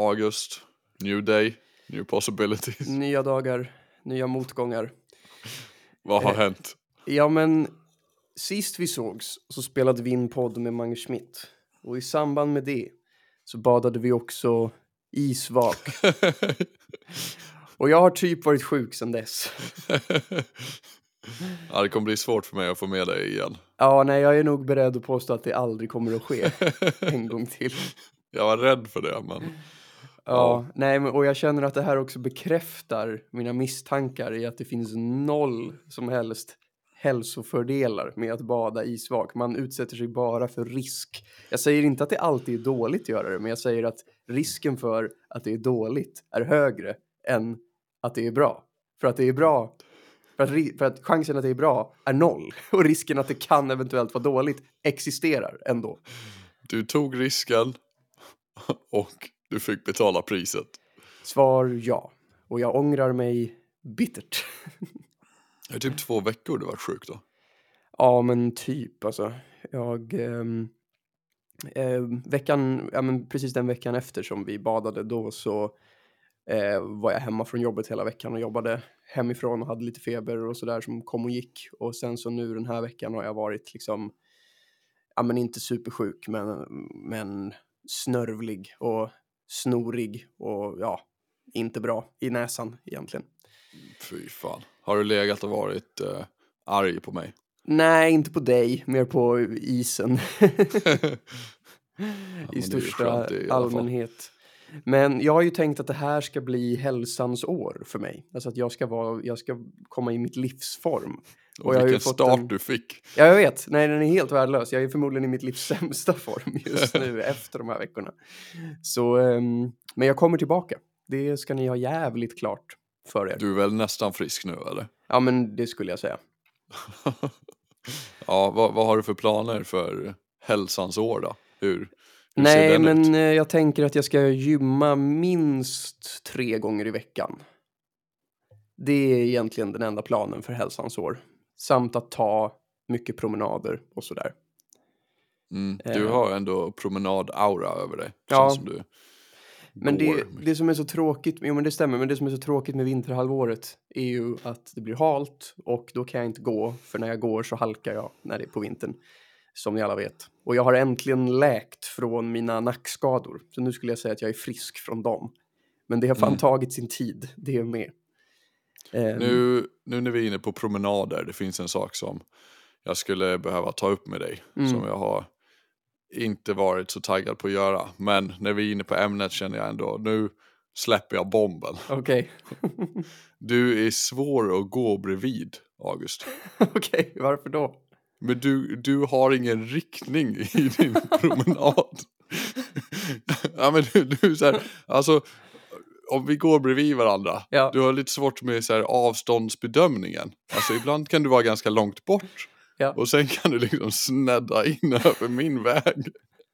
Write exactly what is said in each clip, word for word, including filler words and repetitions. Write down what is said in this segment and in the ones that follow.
August, new day, new possibilities. Nya dagar, nya motgångar. Vad har eh, hänt? Ja, men sist vi sågs så spelade vi in podd med Magnus Schmidt. Och i samband med det så badade vi också isvak. Och jag har typ varit sjuk sedan dess. Ja, det kommer bli svårt för mig att få med dig igen. Ja, nej, jag är nog beredd att påstå att det aldrig kommer att ske en gång till. Jag var rädd för det, men... Ja, Ja. nej, men, och jag känner att det här också bekräftar mina misstankar i att det finns noll som helst hälsofördelar med att bada isvak. Man utsätter sig bara för risk. Jag säger inte att det alltid är dåligt att göra det, men jag säger att risken för att det är dåligt är högre än att det är bra. För att det är bra, för att, ri- för att chansen att det är bra är noll. Och risken att det kan eventuellt vara dåligt existerar ändå. Du tog risken och du fick betala priset. Svar ja. Och jag ångrar mig bittert. Det är typ två veckor du varit sjuk då. Ja, men typ alltså. Jag ehm, eh, veckan, ja men precis den veckan efter som vi badade då så eh, var jag hemma från jobbet hela veckan och jobbade hemifrån och hade lite feber och sådär som kom och gick. Och sen så nu den här veckan har jag varit liksom, ja men inte supersjuk men, men snörvlig och snorig och ja, inte bra i näsan egentligen. Fy fan. Har du legat och varit eh, arg på mig? Nej, inte på dig, mer på isen. Ja, I men det är ju största skönt i alla fall. allmänhet. Men jag har ju tänkt att det här ska bli hälsans år för mig. Alltså att jag ska, vara, jag ska komma i mitt livsform. Och, Och jag har ju vilken fått start en... du fick. Ja, jag vet. Nej, den är helt värdelös. Jag är förmodligen i mitt livs sämsta form just nu efter de här veckorna. Så, um, men jag kommer tillbaka. Det ska ni ha jävligt klart för er. Du är väl nästan frisk nu, eller? Ja, men det skulle jag säga. Ja, vad, vad har du för planer för hälsans år då? Hur, hur ser Nej, den men ut? eh, jag tänker att jag ska gymma minst tre gånger i veckan. Det är egentligen den enda planen för hälsans år. Samt att ta mycket promenader och sådär. Mm, du Eh, har ändå promenad-aura över dig. Ja. Känns som du Men det, går. det som är så tråkigt, jo men det stämmer, men det som är så tråkigt med vinterhalvåret är ju att det blir halt och då kan jag inte gå, för när jag går så halkar jag när det är på vintern, som ni alla vet. Och jag har äntligen läkt från mina nackskador, så nu skulle jag säga att jag är frisk från dem. Men det har fan Mm. tagit sin tid, det är med. Um, Nu, nu när vi är inne på promenader, det finns en sak som jag skulle behöva ta upp med dig. Mm. Som jag har inte varit så taggad på att göra. Men när vi är inne på ämnet känner jag ändå, nu släpper jag bomben. Okej. Du är svår att gå bredvid, August. Okej, varför då? Men du, du har ingen riktning i din promenad. Ja, men du, du är så här, alltså om vi går bredvid varandra, Ja. du har lite svårt med så här avståndsbedömningen. Alltså ibland kan du vara ganska långt bort. Ja. Och sen kan du liksom snedda in över min väg.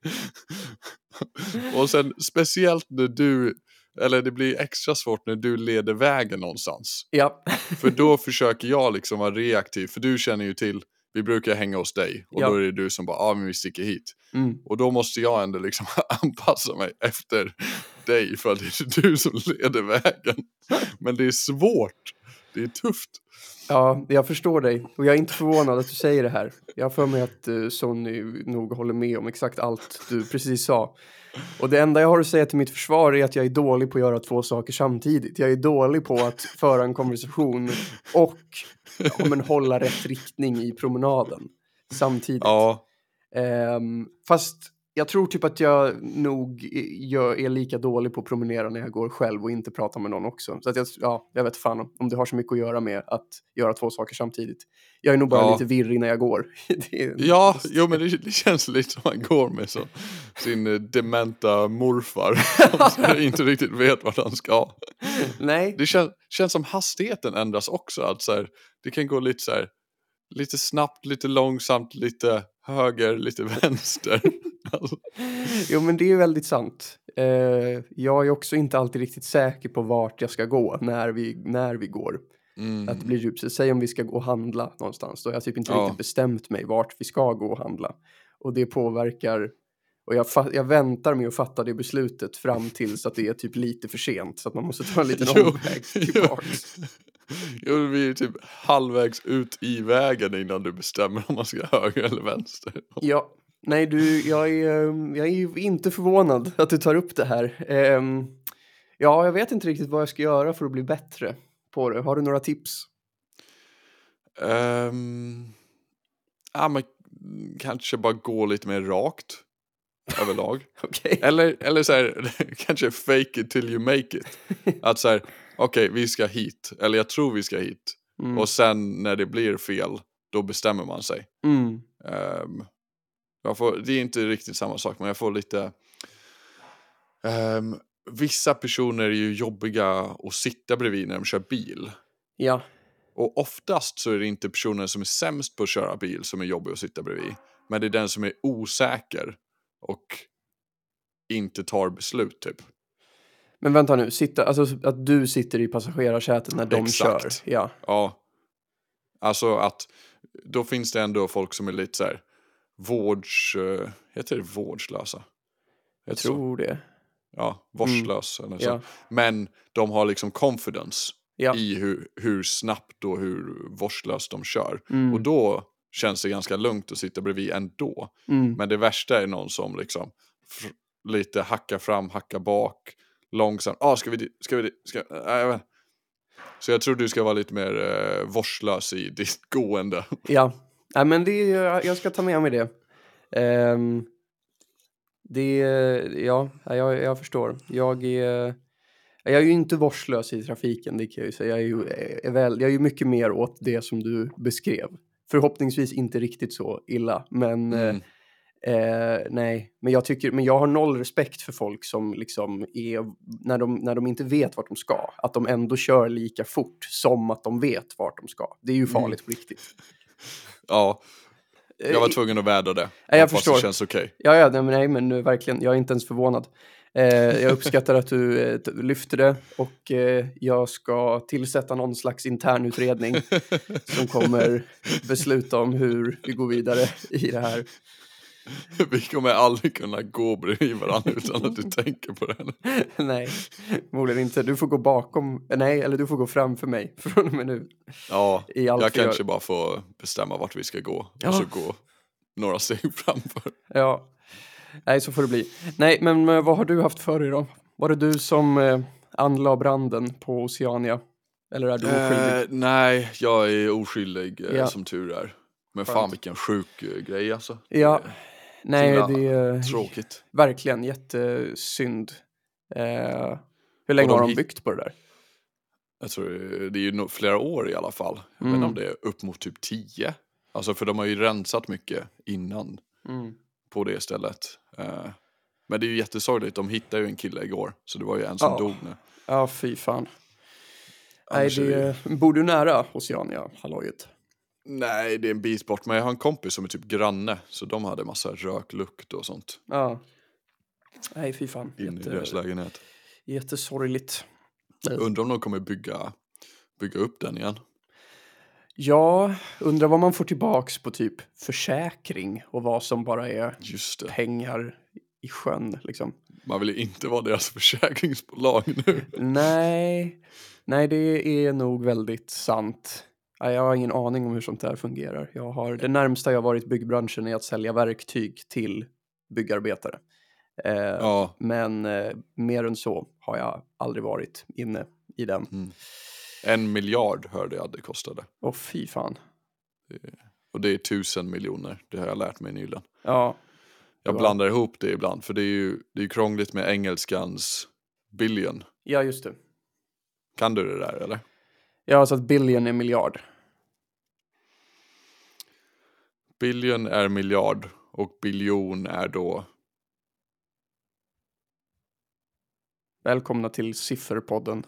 Och sen speciellt när du, eller det blir extra svårt när du leder vägen någonstans. Ja. För då försöker jag liksom vara reaktiv. För du känner ju till, vi brukar hänga hos dig. Och Ja. då är det du som bara, ja ah, men vi sticker hit. Mm. Och då måste jag ändå liksom anpassa mig efter dig. För att det är du som leder vägen. Men det är svårt. Det är tufft. Ja, jag förstår dig. Och jag är inte förvånad att du säger det här. Jag har för mig att uh, Sonny nog håller med om exakt allt du precis sa. Och det enda jag har att säga till mitt försvar är att jag är dålig på att göra två saker samtidigt. Jag är dålig på att föra en konversation och ja, men hålla rätt riktning i promenaden samtidigt. Ja. Um, fast jag tror typ att jag nog är, är lika dålig på att promenera när jag går själv och inte pratar med någon också. Så att jag, ja, jag vet fan om det har så mycket att göra med att göra två saker samtidigt. Jag är nog bara Ja. lite virrig när jag går. Det är, Ja, jo, men det, det känns lite som man går med så, sin eh, dementa morfar som inte riktigt vet vad han ska. Nej. Det kän, känns som hastigheten ändras också. Att så här, det kan gå lite så här, lite snabbt, lite långsamt, lite höger, lite vänster. Alltså. Jo, men det är väldigt sant. Uh, jag är också inte alltid riktigt säker på vart jag ska gå när vi, när vi går. Mm. Att det blir djupt. Så säg om vi ska gå och handla någonstans. Då har jag typ inte Ja. riktigt bestämt mig vart vi ska gå och handla. Och det påverkar Och jag, fa- jag väntar med att fatta det beslutet fram tills att det är typ lite för sent. Så att man måste ta en liten Jo, omväg tillbaks. Jo, vi är typ halvvägs ut i vägen innan du bestämmer om man ska höger eller vänster. Ja, nej du, jag är, ehm, jag är inte förvånad att du tar upp det här. Ehm, ja, jag vet inte riktigt vad jag ska göra för att bli bättre på det. Har du några tips? Um, ja, men kanske bara gå lite mer rakt överlag. Okej. Eller, eller så här, kanske fake it till you make it. Att så här, okej, vi ska hit. Eller jag tror vi ska hit. Mm. Och sen när det blir fel, då bestämmer man sig. Mm. Um, jag får, det är inte riktigt samma sak, men jag får lite... Um, vissa personer är ju jobbiga att sitta bredvid när de kör bil. Ja. Och oftast så är det inte personen som är sämst på att köra bil som är jobbig att sitta bredvid. Men det är den som är osäker och inte tar beslut typ. Men vänta nu, sitta, alltså att du sitter i passagerarsätet när de Exakt. kör. Ja. Ja. Alltså att då finns det ändå folk som är lite så här vårds... Uh, heter det vårdslösa? Jag tror det. Ja, vårdslös Mm. eller så. Ja. Men de har liksom confidence Ja. i hur, hur snabbt och hur vårdslöst de kör. Mm. Och då känns det ganska lugnt att sitta bredvid ändå. Mm. Men det värsta är någon som liksom fr- lite hackar fram, hackar bak, långsamt. Ah, ska vi di- ska vi di- ska äh, jag vet. Så jag tror du ska vara lite mer eh, vårdslös i ditt gående. Ja. Nej, men det är, jag ska ta med mig det. Ehm, det ja, jag, jag förstår. Jag är jag är ju inte vårdslös i trafiken, det kan jag ju säga. Jag är ju, är väl, jag är ju mycket mer åt det som du beskrev. Förhoppningsvis inte riktigt så illa, men Mm. eh, nej. Men jag tycker, men jag har noll respekt för folk som liksom är, när de, när de inte vet vart de ska, att de ändå kör lika fort som att de vet vart de ska. Det är ju farligt på riktigt. Ja, jag var tvungen att vädra det. Ja, jag fast förstår. Det känns okej. Okay. Ja, ja, nej, men, nej, men nu, verkligen, jag är inte ens förvånad. Eh, jag uppskattar att du eh, lyfter det och eh, jag ska tillsätta någon slags internutredning som kommer besluta om hur vi går vidare i det här. Vi kommer aldrig kunna gå bredvid varandra utan att du tänker på det. Nej, förmodligen inte. Du får gå bakom, nej, eller du får gå framför mig från och med nu. Ja, I allt jag vi gör. kanske bara får bestämma vart vi ska gå Ja. och så gå några steg framför. Ja, nej, så får det bli. Nej, men eh, vad har du haft för dig då? Var det du som eh, anlade branden på Oceania? Eller är du oskyldig? Eh, nej, jag är oskyldig eh, Ja. som tur är. Men Skönt. fan vilken sjuk eh, grej alltså. Ja, Det är nej, himla det är tråkigt. verkligen jättesynd. Eh, hur länge Och de har de hit- byggt på det där? Jag tror det- det är ju no- flera år i alla fall. Jag Mm. vet inte om det är upp mot typ tio. Alltså för de har ju rensat mycket innan Mm. på det stället. Eh, men det är ju jättesorgligt. De hittade ju en kille igår. Så det var ju en som Ja. dog nu. Ja, fy fan. Nej, Annars är det det, bor du nära Oceania, hallojet? Nej, det är en bit bort. Men jag har en kompis som är typ granne. Så de hade massa röklukt och sånt Ja. Nej, fy fan. in i deras lägenhet. Jättesorgligt. Undrar om de kommer bygga, bygga upp den igen. Ja, undrar vad man får tillbaks på typ försäkring och vad som bara är Just det. pengar i sjön liksom. Man vill ju inte vara deras försäkringsbolag nu. Nej, nej, det är nog väldigt sant. Ja, jag har ingen aning om hur sånt där fungerar. Jag har, det närmsta jag varit byggbranschen är att sälja verktyg till byggarbetare. Eh, Ja. Men eh, mer än så har jag aldrig varit inne i den. Mm. En miljard hörde jag att det kostade. Åh, fy fan. Och det är tusen miljoner. Det har jag lärt mig nyligen. Ja, Jag var- blandar ihop det ibland. För det är ju det är ju krångligt med engelskans billion. ja, just det. Kan du det där eller? Ja, så att billion är miljard. Billion är miljard. Och biljon är då... Välkomna till Sifferpodden.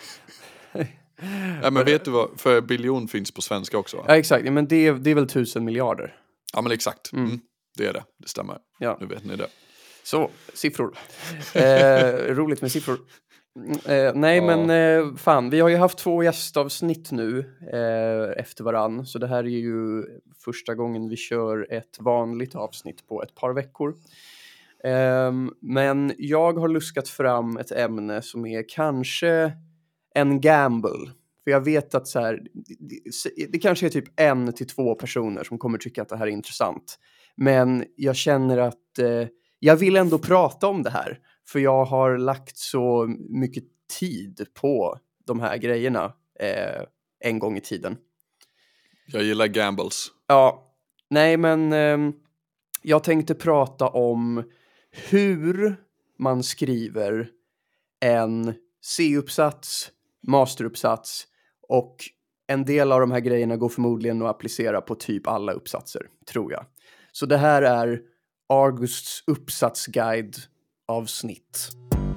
Ja, men vet du vad? För biljon finns på svenska också va? Ja, exakt. Ja, men det, är- det är väl tusen miljarder. Ja men exakt. Mm. Mm. Det är det. Det stämmer. Ja. Nu vet ni det. Så, siffror. Eh, roligt med siffror. Mm, Eh, nej, Ja. men eh, fan, vi har ju haft två gästavsnitt nu eh, efter varann. Så det här är ju första gången vi kör ett vanligt avsnitt på ett par veckor. Um, men jag har luskat fram ett ämne som är kanske en gamble. För jag vet att så här, det, det kanske är typ en till två personer som kommer tycka att det här är intressant. Men jag känner att eh, jag vill ändå prata om det här. För jag har lagt så mycket tid på de här grejerna eh, en gång i tiden. Jag gillar gambles. Ja, nej men eh, jag tänkte prata om hur man skriver en C-uppsats, masteruppsats och en del av de här grejerna går förmodligen att applicera på typ alla uppsatser, tror jag. Så det här är Augusts uppsatsguide avsnitt.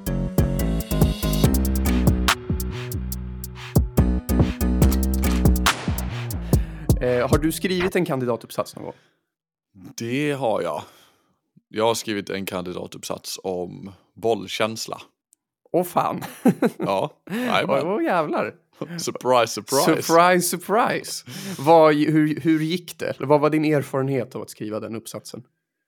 Eh, har du skrivit en kandidatuppsats någon gång? Det har jag. Jag har skrivit en kandidatuppsats om bollkänsla. Åh fan. Ja, nej men. Åh jävlar. Surprise, surprise. Surprise, surprise. Vad, hur, hur gick det? Vad var din erfarenhet av att skriva den uppsatsen?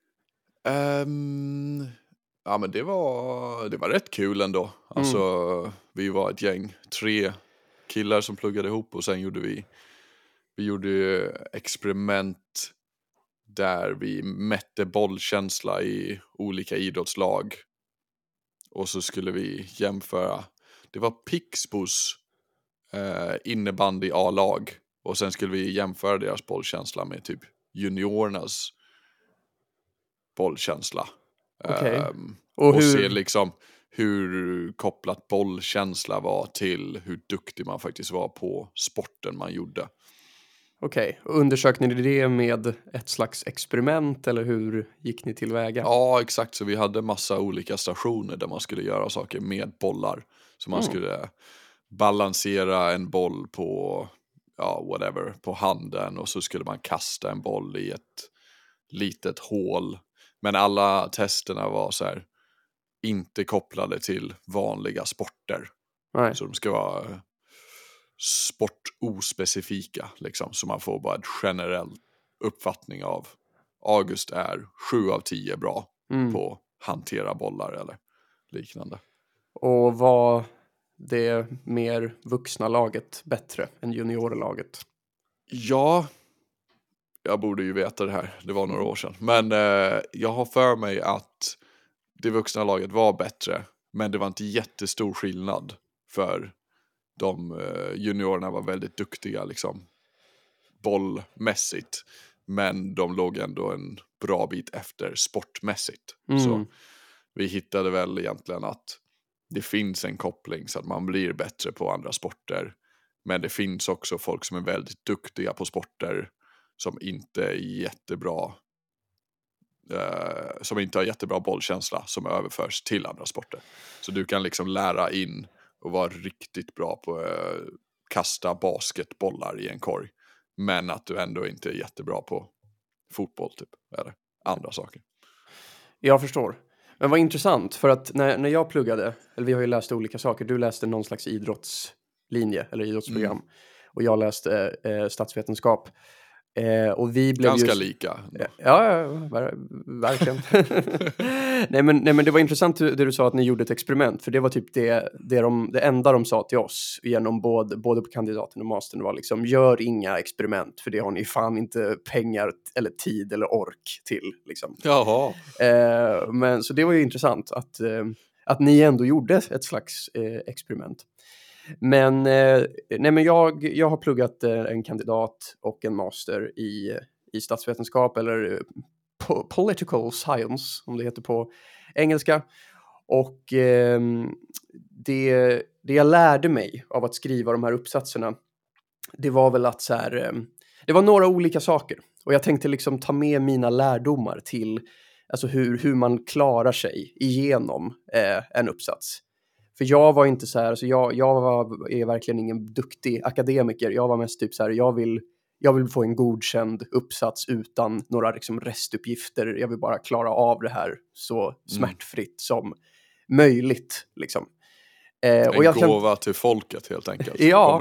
Um, ja men det var, det var rätt kul ändå. Alltså mm. vi var ett gäng, tre killar som pluggade ihop och sen gjorde vi, vi gjorde experiment där vi mätte bollkänsla i olika idrottslag. Och så skulle vi jämföra, det var Pixbos eh, innebandy A-lag. Och sen skulle vi jämföra deras bollkänsla med typ juniorernas bollkänsla. Okay. Um, och och hur... se liksom hur kopplat bollkänsla var till hur duktig man faktiskt var på sporten man gjorde. Okej, okay. Undersökte ni det med ett slags experiment eller hur gick ni tillväga? Ja, exakt. Så vi hade massa olika stationer där man skulle göra saker med bollar. Så man mm. skulle balansera en boll på, ja, whatever, på handen och så skulle man kasta en boll i ett litet hål. Men alla testerna var så här inte kopplade till vanliga sporter. Nej. Så de ska vara sportospecifika liksom, så man får bara en generell uppfattning av August är sju av tio bra mm. på hantera bollar eller liknande. Och var det mer vuxna laget bättre än juniorlaget? Ja, jag borde ju veta det här, det var några år sedan. Men eh, jag har för mig att det vuxna laget var bättre, men det var inte jättestor skillnad för de uh, juniorerna var väldigt duktiga liksom bollmässigt, men de låg ändå en bra bit efter sportmässigt. Mm. Så vi hittade väl egentligen att det finns en koppling så att man blir bättre på andra sporter, men det finns också folk som är väldigt duktiga på sporter som inte är jättebra uh, som inte har jättebra bollkänsla som överförs till andra sporter. Så du kan liksom lära in och vara riktigt bra på att uh, kasta basketbollar i en korg. Men att du ändå inte är jättebra på fotboll typ. Eller andra saker. Jag förstår. Men vad intressant. För att när, när jag pluggade. Eller vi har ju läst olika saker. Du läste någon slags idrottslinje. Eller idrottsprogram. Mm. Och jag läste eh, statsvetenskap. Eh, och vi blev ganska just... lika. Ja, ja, ver- verkligen. nej, men, nej men det var intressant det du sa att ni gjorde ett experiment. För det var typ det, det, de, det enda de sa till oss genom både, både på kandidaten och mastern var liksom gör inga experiment för det har ni fan inte pengar eller tid eller ork till. Liksom. Jaha. Eh, men, så det var ju intressant att, eh, att ni ändå gjorde ett slags eh, experiment. Men, eh, nej men jag, jag har pluggat eh, en kandidat och en master i, i statsvetenskap eller po- political science som det heter på engelska. Och eh, det, det jag lärde mig av att skriva de här uppsatserna, det var väl att så här, eh, det var några olika saker. Och jag tänkte liksom ta med mina lärdomar till alltså hur, hur man klarar sig igenom eh, en uppsats. För jag var inte så här, alltså jag, jag var, är verkligen ingen duktig akademiker. Jag var mest typ så här, jag vill, jag vill få en godkänd uppsats utan några liksom restuppgifter. Jag vill bara klara av det här så smärtfritt mm. som möjligt. Liksom. Eh, en och jag gåva kan... till folket helt enkelt. ja,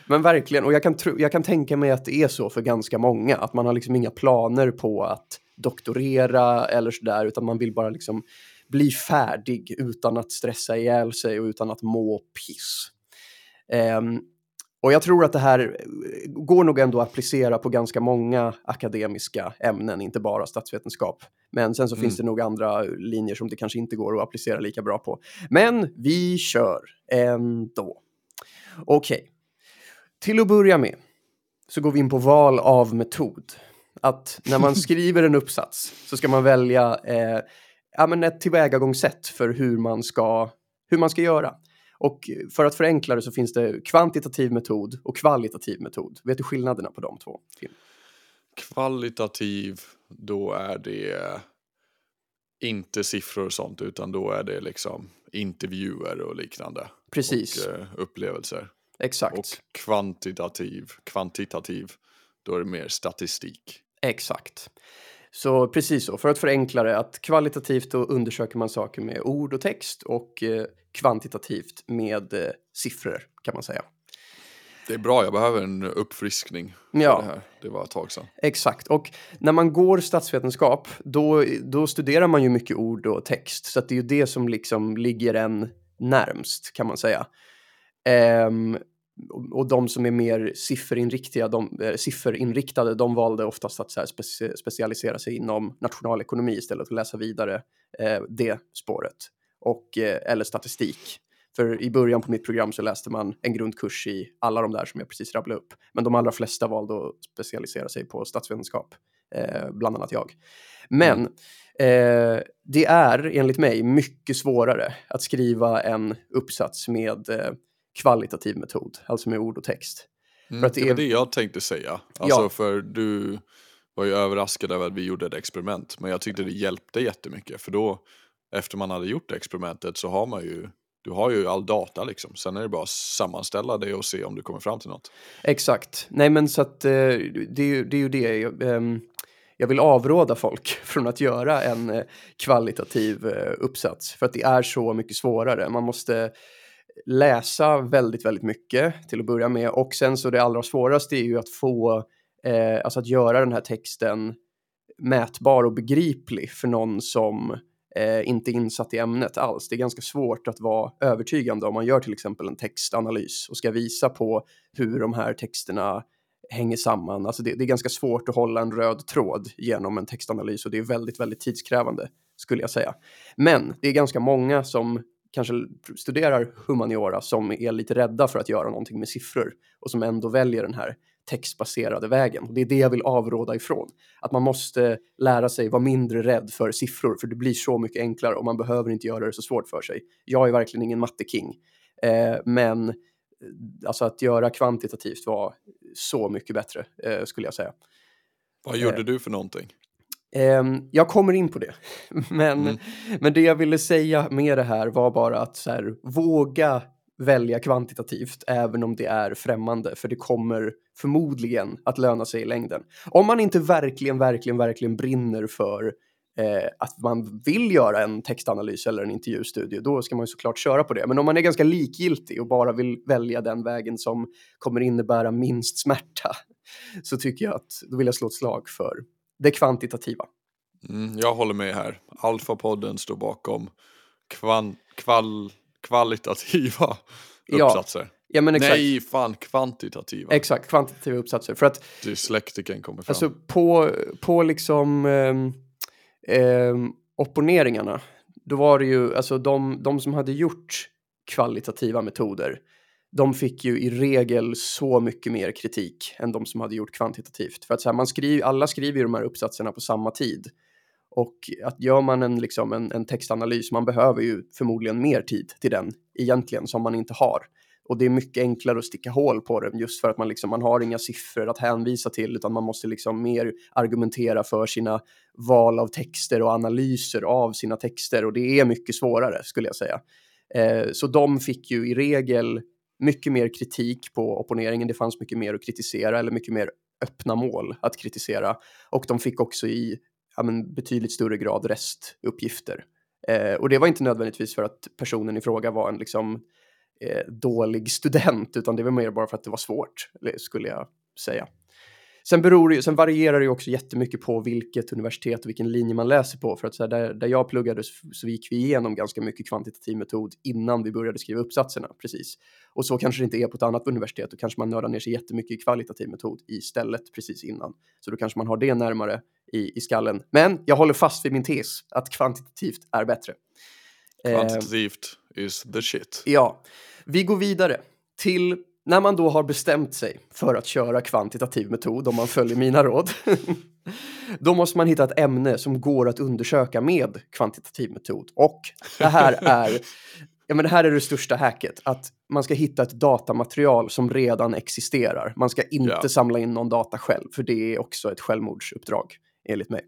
Men verkligen, och jag kan, tro, jag kan tänka mig att det är så för ganska många, att man har liksom inga planer på att doktorera eller sådär, utan man vill bara liksom bli färdig utan att stressa ihjäl sig och utan att må piss. Um, och jag tror att det här går nog ändå att applicera på ganska många akademiska ämnen, inte bara statsvetenskap. Men sen så mm. finns det nog andra linjer som det kanske inte går att applicera lika bra på. Men vi kör ändå. Okej. Okay. Till att börja med så går vi in på val av metod. Att när man skriver en uppsats så ska man välja eh, ja, men ett tillvägagångssätt för hur man ska, hur man ska göra. Och för att förenkla det så finns det kvantitativ metod och kvalitativ metod. Vet du skillnaderna på de två? Kvalitativ, då är det inte siffror och sånt, utan då är det liksom intervjuer och liknande. Precis. Och uh, upplevelser. Exakt. Och kvantitativ, kvantitativ, då är det mer statistik. Exakt. Så precis så, för att förenkla det, att kvalitativt då undersöker man saker med ord och text och eh, kvantitativt med eh, siffror kan man säga. Det är bra, jag behöver en uppfriskning för ja. det här. Det var ett tag sedan. Exakt, och när man går statsvetenskap då, då studerar man ju mycket ord och text, så att det är ju det som liksom ligger en närmst kan man säga. Ehm, och de som är mer sifferinriktade, de, äh, sifferinriktade, de valde oftast att så här speci- specialisera sig inom nationalekonomi istället för att läsa vidare eh, det spåret. Och, eh, eller statistik. För i början på mitt program så läste man en grundkurs i alla de där som jag precis rabblade upp. Men de allra flesta valde att specialisera sig på statsvetenskap, eh, bland annat jag. Men eh, det är enligt mig mycket svårare att skriva en uppsats med eh, kvalitativ metod, alltså med ord och text. Mm, för att det, det är... var det jag tänkte säga. Alltså ja. för du var ju överraskad över att vi gjorde ett experiment, men jag tyckte det hjälpte jättemycket, för då efter man hade gjort experimentet så har man ju du har ju all data liksom. Sen är det bara att sammanställa det och se om du kommer fram till något. Exakt. Nej men så att eh, det, är ju, det är ju det jag, eh, jag vill avråda folk från att göra en eh, kvalitativ eh, uppsats, för att det är så mycket svårare. Man måste läsa väldigt, väldigt mycket till att börja med, och sen så det allra svåraste är ju att få, eh, alltså att göra den här texten mätbar och begriplig för någon som eh, inte är insatt i ämnet alls. Det är ganska svårt att vara övertygande om man gör till exempel en textanalys och ska visa på hur de här texterna hänger samman. Alltså det, det är ganska svårt att hålla en röd tråd genom en textanalys, och det är väldigt, väldigt tidskrävande skulle jag säga. Men det är ganska många som kanske studerar humaniora som är lite rädda för att göra någonting med siffror och som ändå väljer den här textbaserade vägen. Det är det jag vill avråda ifrån. Att man måste lära sig vara mindre rädd för siffror, för det blir så mycket enklare och man behöver inte göra det så svårt för sig. Jag är verkligen ingen matteking, eh, men alltså att göra kvantitativt var så mycket bättre, eh, skulle jag säga. Vad gjorde eh, du för någonting? Jag kommer in på det. Men, mm. men det jag ville säga med det här var bara att så här, våga välja kvantitativt även om det är främmande. För det kommer förmodligen att löna sig i längden. Om man inte verkligen, verkligen, verkligen brinner för eh, att man vill göra en textanalys eller en intervjustudie, då ska man ju såklart köra på det. Men om man är ganska likgiltig och bara vill välja den vägen som kommer innebära minst smärta, så tycker jag att då vill jag slå ett slag för det kvantitativa. Mm, jag håller med här. Alfa-podden står bakom kvan, kval, kvalitativa uppsatser. Ja, ja, men exakt. Nej, fan, kvantitativa. Exakt, kvantitativa uppsatser. För att dyslektiken kommer fram. Alltså på, på liksom eh, eh, opponeringarna, då var det ju, alltså de, de som hade gjort kvalitativa metoder, de fick ju i regel så mycket mer kritik än de som hade gjort kvantitativt. För att så här, man skriver, alla skriver ju de här uppsatserna på samma tid. Och att gör man en, liksom en, en textanalys, man behöver ju förmodligen mer tid till den egentligen som man inte har. Och det är mycket enklare att sticka hål på den, just för att man, liksom, man har inga siffror att hänvisa till, utan man måste liksom mer argumentera för sina val av texter och analyser av sina texter. Och det är mycket svårare, skulle jag säga. Eh, så de fick ju i regel mycket mer kritik på opponeringen. Det fanns mycket mer att kritisera, eller mycket mer öppna mål att kritisera. Och de fick också i ja, men, betydligt större grad restuppgifter. Eh, och det var inte nödvändigtvis för att personen i fråga var en liksom eh, dålig student, utan det var mer bara för att det var svårt, skulle jag säga. Sen, beror det, sen varierar det ju också jättemycket på vilket universitet och vilken linje man läser på. För att så här, där, där jag pluggade så, så gick vi igenom ganska mycket kvantitativ metod innan vi började skriva uppsatserna, precis. Och så kanske det inte är på ett annat universitet. Då kanske man nördar ner sig jättemycket i kvalitativ metod istället precis innan. Så då kanske man har det närmare i, i skallen. Men jag håller fast vid min tes att kvantitativt är bättre. Kvantitativt eh, is the shit. Ja, vi går vidare till... När man då har bestämt sig för att köra kvantitativ metod, om man följer mina råd, då måste man hitta ett ämne som går att undersöka med kvantitativ metod. Och det här är, ja, men det här är det största hacket, att man ska hitta ett datamaterial som redan existerar. Man ska inte yeah. samla in någon data själv, för det är också ett självmordsuppdrag, enligt mig.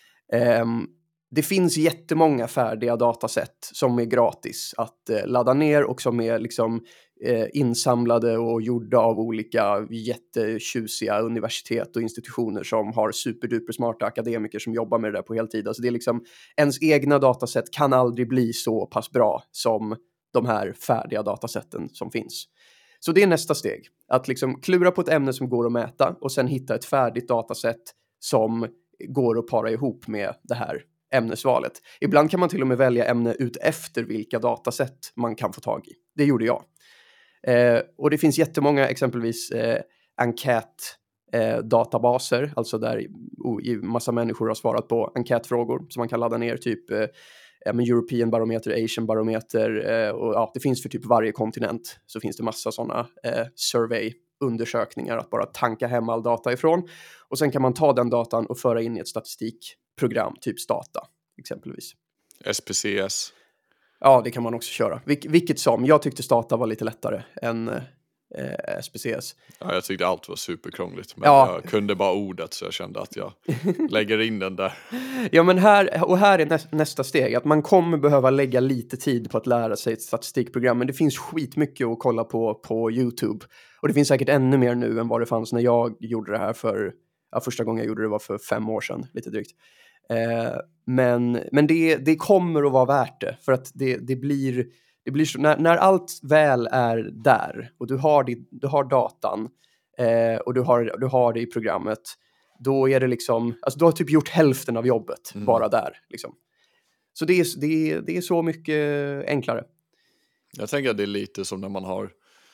Um, Det finns jättemånga färdiga dataset som är gratis att eh, ladda ner och som är liksom eh, insamlade och gjorda av olika jättetjusiga universitet och institutioner som har superduper smarta akademiker som jobbar med det där på heltid. Alltså det är liksom, ens egna dataset kan aldrig bli så pass bra som de här färdiga datasätten som finns. Så det är nästa steg, att liksom klura på ett ämne som går att mäta och sen hitta ett färdigt dataset som går att para ihop med det här ämnesvalet. Ibland kan man till och med välja ämne ut efter vilka datasätt man kan få tag i. Det gjorde jag. Eh, och det finns jättemånga exempelvis eh, enkätdatabaser, eh, alltså där oh, massa människor har svarat på enkätfrågor som man kan ladda ner, typ eh, European barometer, Asian barometer eh, och ja, det finns för typ varje kontinent, så finns det massa sådana eh, survey undersökningar att bara tanka hem all data ifrån, och sen kan man ta den datan och föra in i ett statistikprogram, typ Stata exempelvis. S P C S. Ja, det kan man också köra. Vil- vilket som, jag tyckte Stata var lite lättare än eh, S P C S. Ja, jag tyckte allt var superkrångligt, men ja. jag kunde bara ordet, så jag kände att jag lägger in den där. Ja, men här, och här är nä- nästa steg, att man kommer behöva lägga lite tid på att lära sig ett statistikprogram, men det finns skitmycket att kolla på på YouTube. Och det finns säkert ännu mer nu än vad det fanns när jag gjorde det här för, ja, första gången jag gjorde det var för fem år sedan, lite drygt. Eh, men men det, det kommer att vara värt det, för att det, det blir, det blir så, när, när allt väl är där och du har, det, du har datan eh, och du har, du har det i programmet, då är det liksom, alltså du har typ gjort hälften av jobbet mm. bara där liksom. Så det är, det, är, det är så mycket enklare. Jag tänker att det är lite som när man har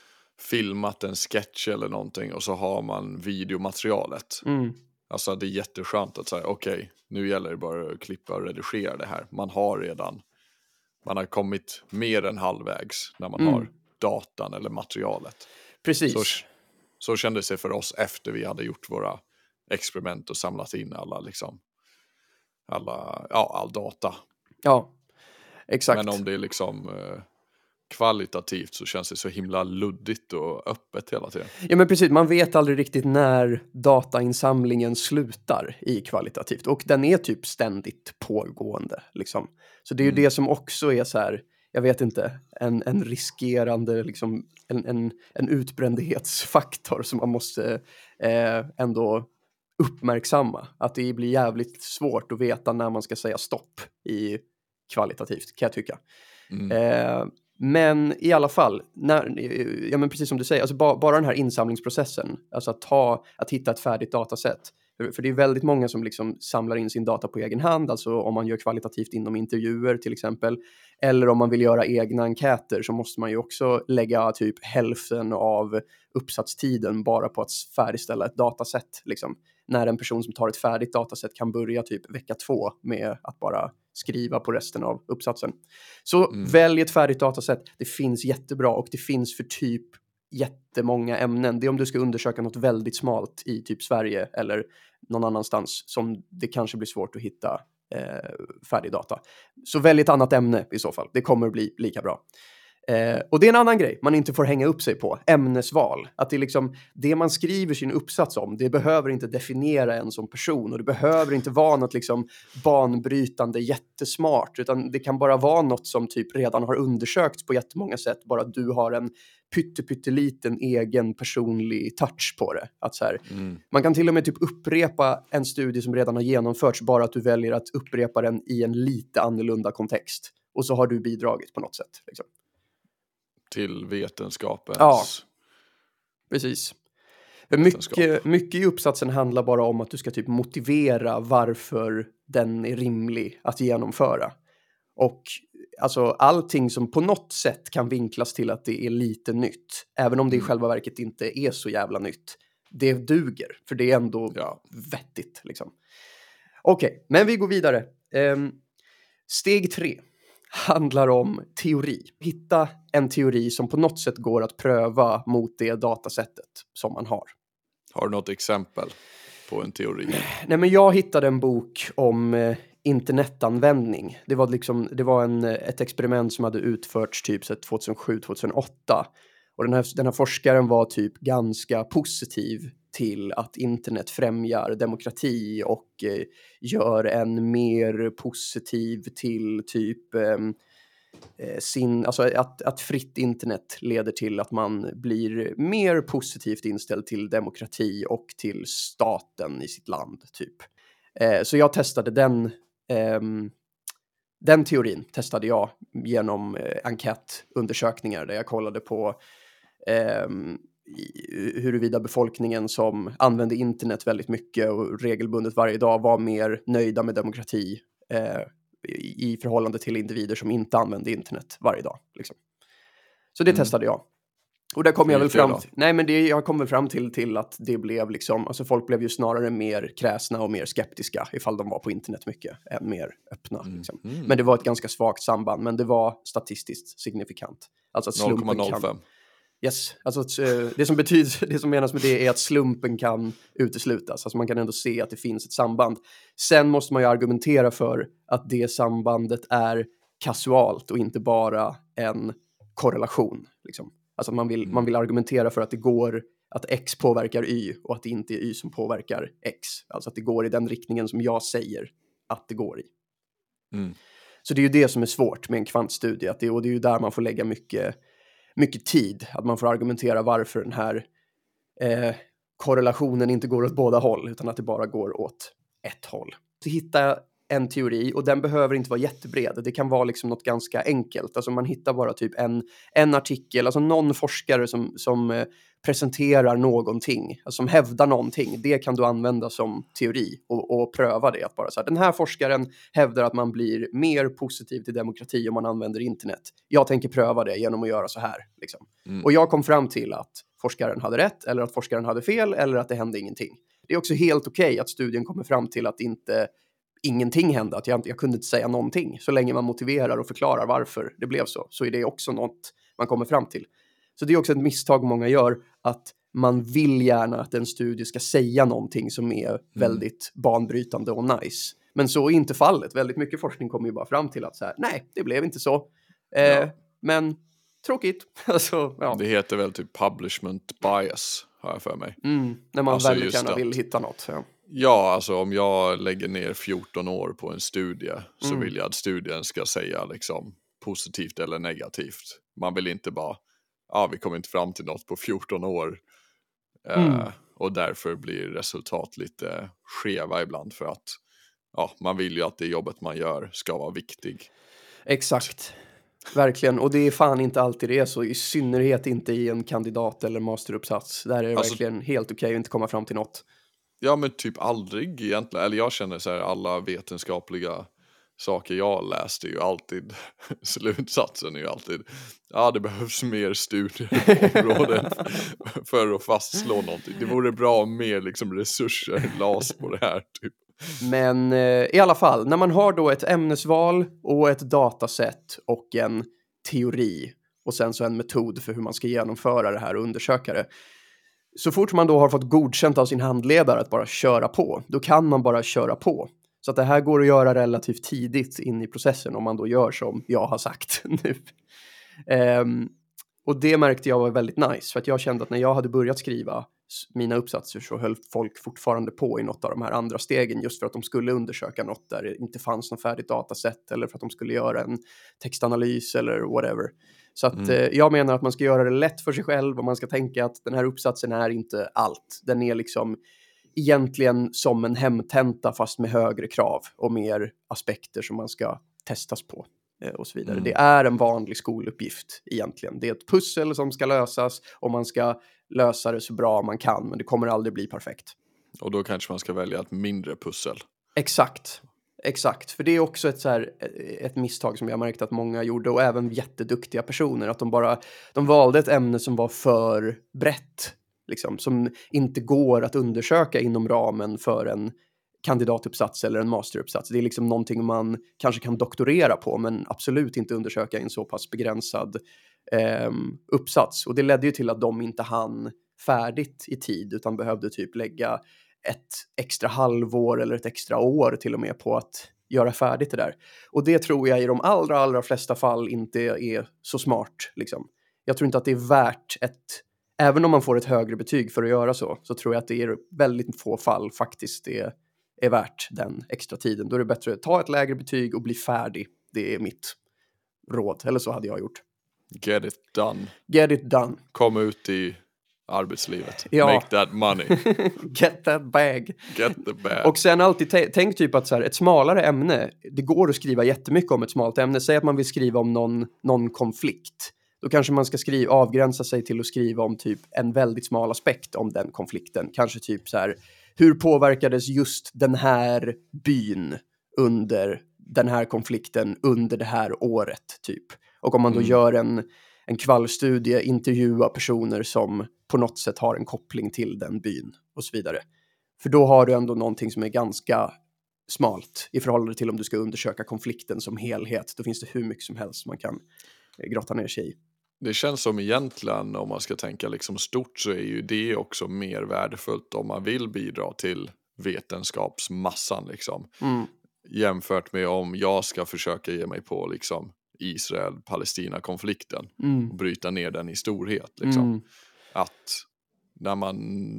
filmat en sketch eller någonting och så har man videomaterialet. Mm. Alltså det är jätteskönt att säga, okej, okay, nu gäller det bara att klippa och redigera det här. Man har redan, man har kommit mer än halvvägs när man mm. har datan eller materialet. Precis. Så, så kändes det för oss efter vi hade gjort våra experiment och samlat in alla liksom, alla, ja, all data. Ja, exakt. Men om det är liksom eh, kvalitativt så känns det så himla luddigt och öppet hela tiden. Ja, men precis, man vet aldrig riktigt när datainsamlingen slutar i kvalitativt, och den är typ ständigt pågående liksom. Så det är ju mm. det som också är så här, jag vet inte, en, en riskerande liksom, en, en, en utbrändhetsfaktor som man måste eh, ändå uppmärksamma, att det blir jävligt svårt att veta när man ska säga stopp i kvalitativt, kan jag tycka. Mm. Eh, men i alla fall, när, ja, men precis som du säger, alltså bara, bara den här insamlingsprocessen, alltså att, ta, att hitta ett färdigt datasätt, för, för det är väldigt många som liksom samlar in sin data på egen hand, alltså om man gör kvalitativt inom intervjuer till exempel, eller om man vill göra egna enkäter, så måste man ju också lägga typ hälften av uppsatstiden bara på att färdigställa ett datasätt liksom. När en person som tar ett färdigt datasätt kan börja typ vecka två med att bara skriva på resten av uppsatsen. Så mm. välj ett färdigt datasätt. Det finns jättebra, och det finns för typ jättemånga ämnen. Det är om du ska undersöka något väldigt smalt i typ Sverige eller någon annanstans som det kanske blir svårt att hitta eh, färdig data. Så välj ett annat ämne i så fall. Det kommer bli lika bra. Eh, och det är en annan grej man inte får hänga upp sig på, ämnesval. Att det är liksom, det man skriver sin uppsats om, det behöver inte definiera en som person, och det behöver inte vara något liksom banbrytande jättesmart, utan det kan bara vara något som typ redan har undersökts på jättemånga sätt, bara att du har en pytteliten egen personlig touch på det. Att så här, mm. man kan till och med typ upprepa en studie som redan har genomförts, bara att du väljer att upprepa den i en lite annorlunda kontext, och så har du bidragit på något sätt liksom. till vetenskapens... Ja, precis. Mycket, mycket i uppsatsen handlar bara om att du ska typ motivera varför den är rimlig att genomföra. Och alltså allting som på något sätt kan vinklas till att det är lite nytt, även om det i själva verket inte är så jävla nytt, det duger, för det är ändå Ja. vettigt liksom. Okej, okay, men vi går vidare. Um, steg tre handlar om teori. Hitta en teori som på något sätt går att pröva mot det datasättet som man har. Har du något exempel på en teori? Nej, men jag hittade en bok om eh, internetanvändning. Det var liksom, det var en, ett experiment som hade utförts typ tjugohundrasju tjugohundraåtta. Och den här, den här forskaren var typ ganska positiv till att internet främjar demokrati och eh, gör en mer positiv till typ eh, sin, alltså att, att fritt internet leder till att man blir mer positivt inställd till demokrati och till staten i sitt land typ. Eh, så jag testade den eh, den teorin testade jag genom eh, enkätundersökningar där jag kollade på eh, huruvida befolkningen som använde internet väldigt mycket och regelbundet varje dag var mer nöjda med demokrati eh, i förhållande till individer som inte använde internet varje dag. Liksom. Så det mm. testade jag. Och där kom jag väl fram till, nej men det, jag kom väl fram till, till att det blev liksom, alltså folk blev ju snarare mer kräsna och mer skeptiska ifall de var på internet mycket än mer öppna. Mm. Liksom. Mm. Men det var ett ganska svagt samband, men det var statistiskt signifikant. Alltså att slumpen noll komma noll fem. Kan, yes, alltså att, det som betyder, det som menas med det är att slumpen kan uteslutas. Alltså man kan ändå se att det finns ett samband. Sen måste man ju argumentera för att det sambandet är kasualt och inte bara en korrelation. Liksom. Alltså man vill, mm. man vill argumentera för att det går att X påverkar Y och att det inte är Y som påverkar X. Alltså att det går i den riktningen som jag säger att det går i. Mm. Så det är ju det som är svårt med en kvantstudie. Att det, och det är ju där man får lägga mycket, mycket tid. Att man får argumentera varför den här eh, korrelationen inte går åt båda håll utan att det bara går åt ett håll. Så hitta en teori, och den behöver inte vara jättebred. Det kan vara liksom något ganska enkelt. Alltså man hittar bara typ en, en artikel, alltså någon forskare som, som eh, presenterar någonting, alltså som hävdar någonting. Det kan du använda som teori och, och pröva det. Att bara så här, den här forskaren hävdar att man blir mer positiv till demokrati om man använder internet. Jag tänker pröva det genom att göra så här. Liksom. Mm. Och jag kom fram till att forskaren hade rätt, eller att forskaren hade fel, eller att det hände ingenting. Det är också helt okej okay att studien kommer fram till att inte ingenting hände, att jag, jag kunde inte säga någonting. Så länge man motiverar och förklarar varför det blev så, så är det också något man kommer fram till. Så det är också ett misstag många gör, att man vill gärna att en studie ska säga någonting som är mm. väldigt banbrytande och nice. Men så är inte fallet. Väldigt mycket forskning kommer ju bara fram till att så här, nej, det blev inte så. Eh, ja. Men tråkigt. alltså, ja. Det heter väl typ publishment bias, har jag för mig. Mm, när man alltså väldigt gärna att... vill hitta något. Ja. Ja, alltså om jag lägger ner fjorton år på en studie så mm. vill jag att studien ska säga liksom positivt eller negativt. Man vill inte bara, ja vi kommer inte fram till något på fjorton år mm. eh, och därför blir resultat lite skeva ibland för att ja, man vill ju att det jobbet man gör ska vara viktig. Exakt, verkligen. Och det är fan inte alltid det är så, i synnerhet inte i en kandidat- eller masteruppsats. Där är det alltså... verkligen helt okej att inte komma fram till något. Ja, men typ aldrig egentligen. Eller jag känner så här, alla vetenskapliga saker jag läst är ju alltid, slutsatsen är ju alltid, ja det behövs mer studier på området för att fastslå någonting. Det vore bra om mer liksom resurser las på det här typ. Men eh, i alla fall, när man har då ett ämnesval och ett datasätt och en teori och sen så en metod för hur man ska genomföra det här och undersöka det. Så fort man då har fått godkänt av sin handledare att bara köra på, då kan man bara köra på. Så att det här går att göra relativt tidigt in i processen om man då gör som jag har sagt nu. Um, och det märkte jag var väldigt nice, för att jag kände att när jag hade börjat skriva mina uppsatser så höll folk fortfarande på i något av de här andra stegen, just för att de skulle undersöka något där det inte fanns något färdigt datasätt, eller för att de skulle göra en textanalys eller whatever. Så att mm. eh, jag menar att man ska göra det lätt för sig själv, och man ska tänka att den här uppsatsen är inte allt. Den är liksom egentligen som en hemtenta fast med högre krav och mer aspekter som man ska testas på. eh, och så vidare. Mm. Det är en vanlig skoluppgift egentligen. Det är ett pussel som ska lösas och man ska lösa det så bra man kan, men det kommer aldrig bli perfekt. Och då kanske man ska välja ett mindre pussel. Exakt. Exakt, för det är också ett, så här, ett misstag som jag märkt att många gjorde, och även jätteduktiga personer, att de bara de valde ett ämne som var för brett, liksom, som inte går att undersöka inom ramen för en kandidatuppsats eller en masteruppsats. Det är liksom någonting man kanske kan doktorera på, men absolut inte undersöka i en så pass begränsad eh, uppsats. Och det ledde ju till att de inte hann färdigt i tid, utan behövde typ lägga ett extra halvår eller ett extra år till och med på att göra färdigt det där. Och det tror jag i de allra, allra flesta fall inte är så smart. Liksom. Jag tror inte att det är värt ett, även om man får ett högre betyg för att göra så, så tror jag att det är väldigt få fall faktiskt det är värt den extra tiden. Då är det bättre att ta ett lägre betyg och bli färdig. Det är mitt råd, eller så hade jag gjort. Get it done. Get it done. Kom ut i arbetslivet. Ja. Make that money. Get that bag. Get the bag. Och sen alltid t- tänk typ att så här, ett smalare ämne, det går att skriva jättemycket om ett smalt ämne. Säg att man vill skriva om någon, någon konflikt. Då kanske man ska skriva, avgränsa sig till att skriva om typ en väldigt smal aspekt om den konflikten. Kanske typ så här, hur påverkades just den här byn under den här konflikten under det här året typ. Och om man då Mm. gör en, en kvallstudie, intervjua personer som på något sätt har en koppling till den byn och så vidare. För då har du ändå någonting som är ganska smalt i förhållande till om du ska undersöka konflikten som helhet. Då finns det hur mycket som helst man kan grotta ner sig i. Det känns som egentligen, om man ska tänka liksom stort, så är ju det också mer värdefullt om man vill bidra till vetenskapsmassan liksom. Mm. Jämfört med om jag ska försöka ge mig på liksom Israel-Palestina-konflikten Mm. och bryta ner den i storhet liksom. Mm. Att när man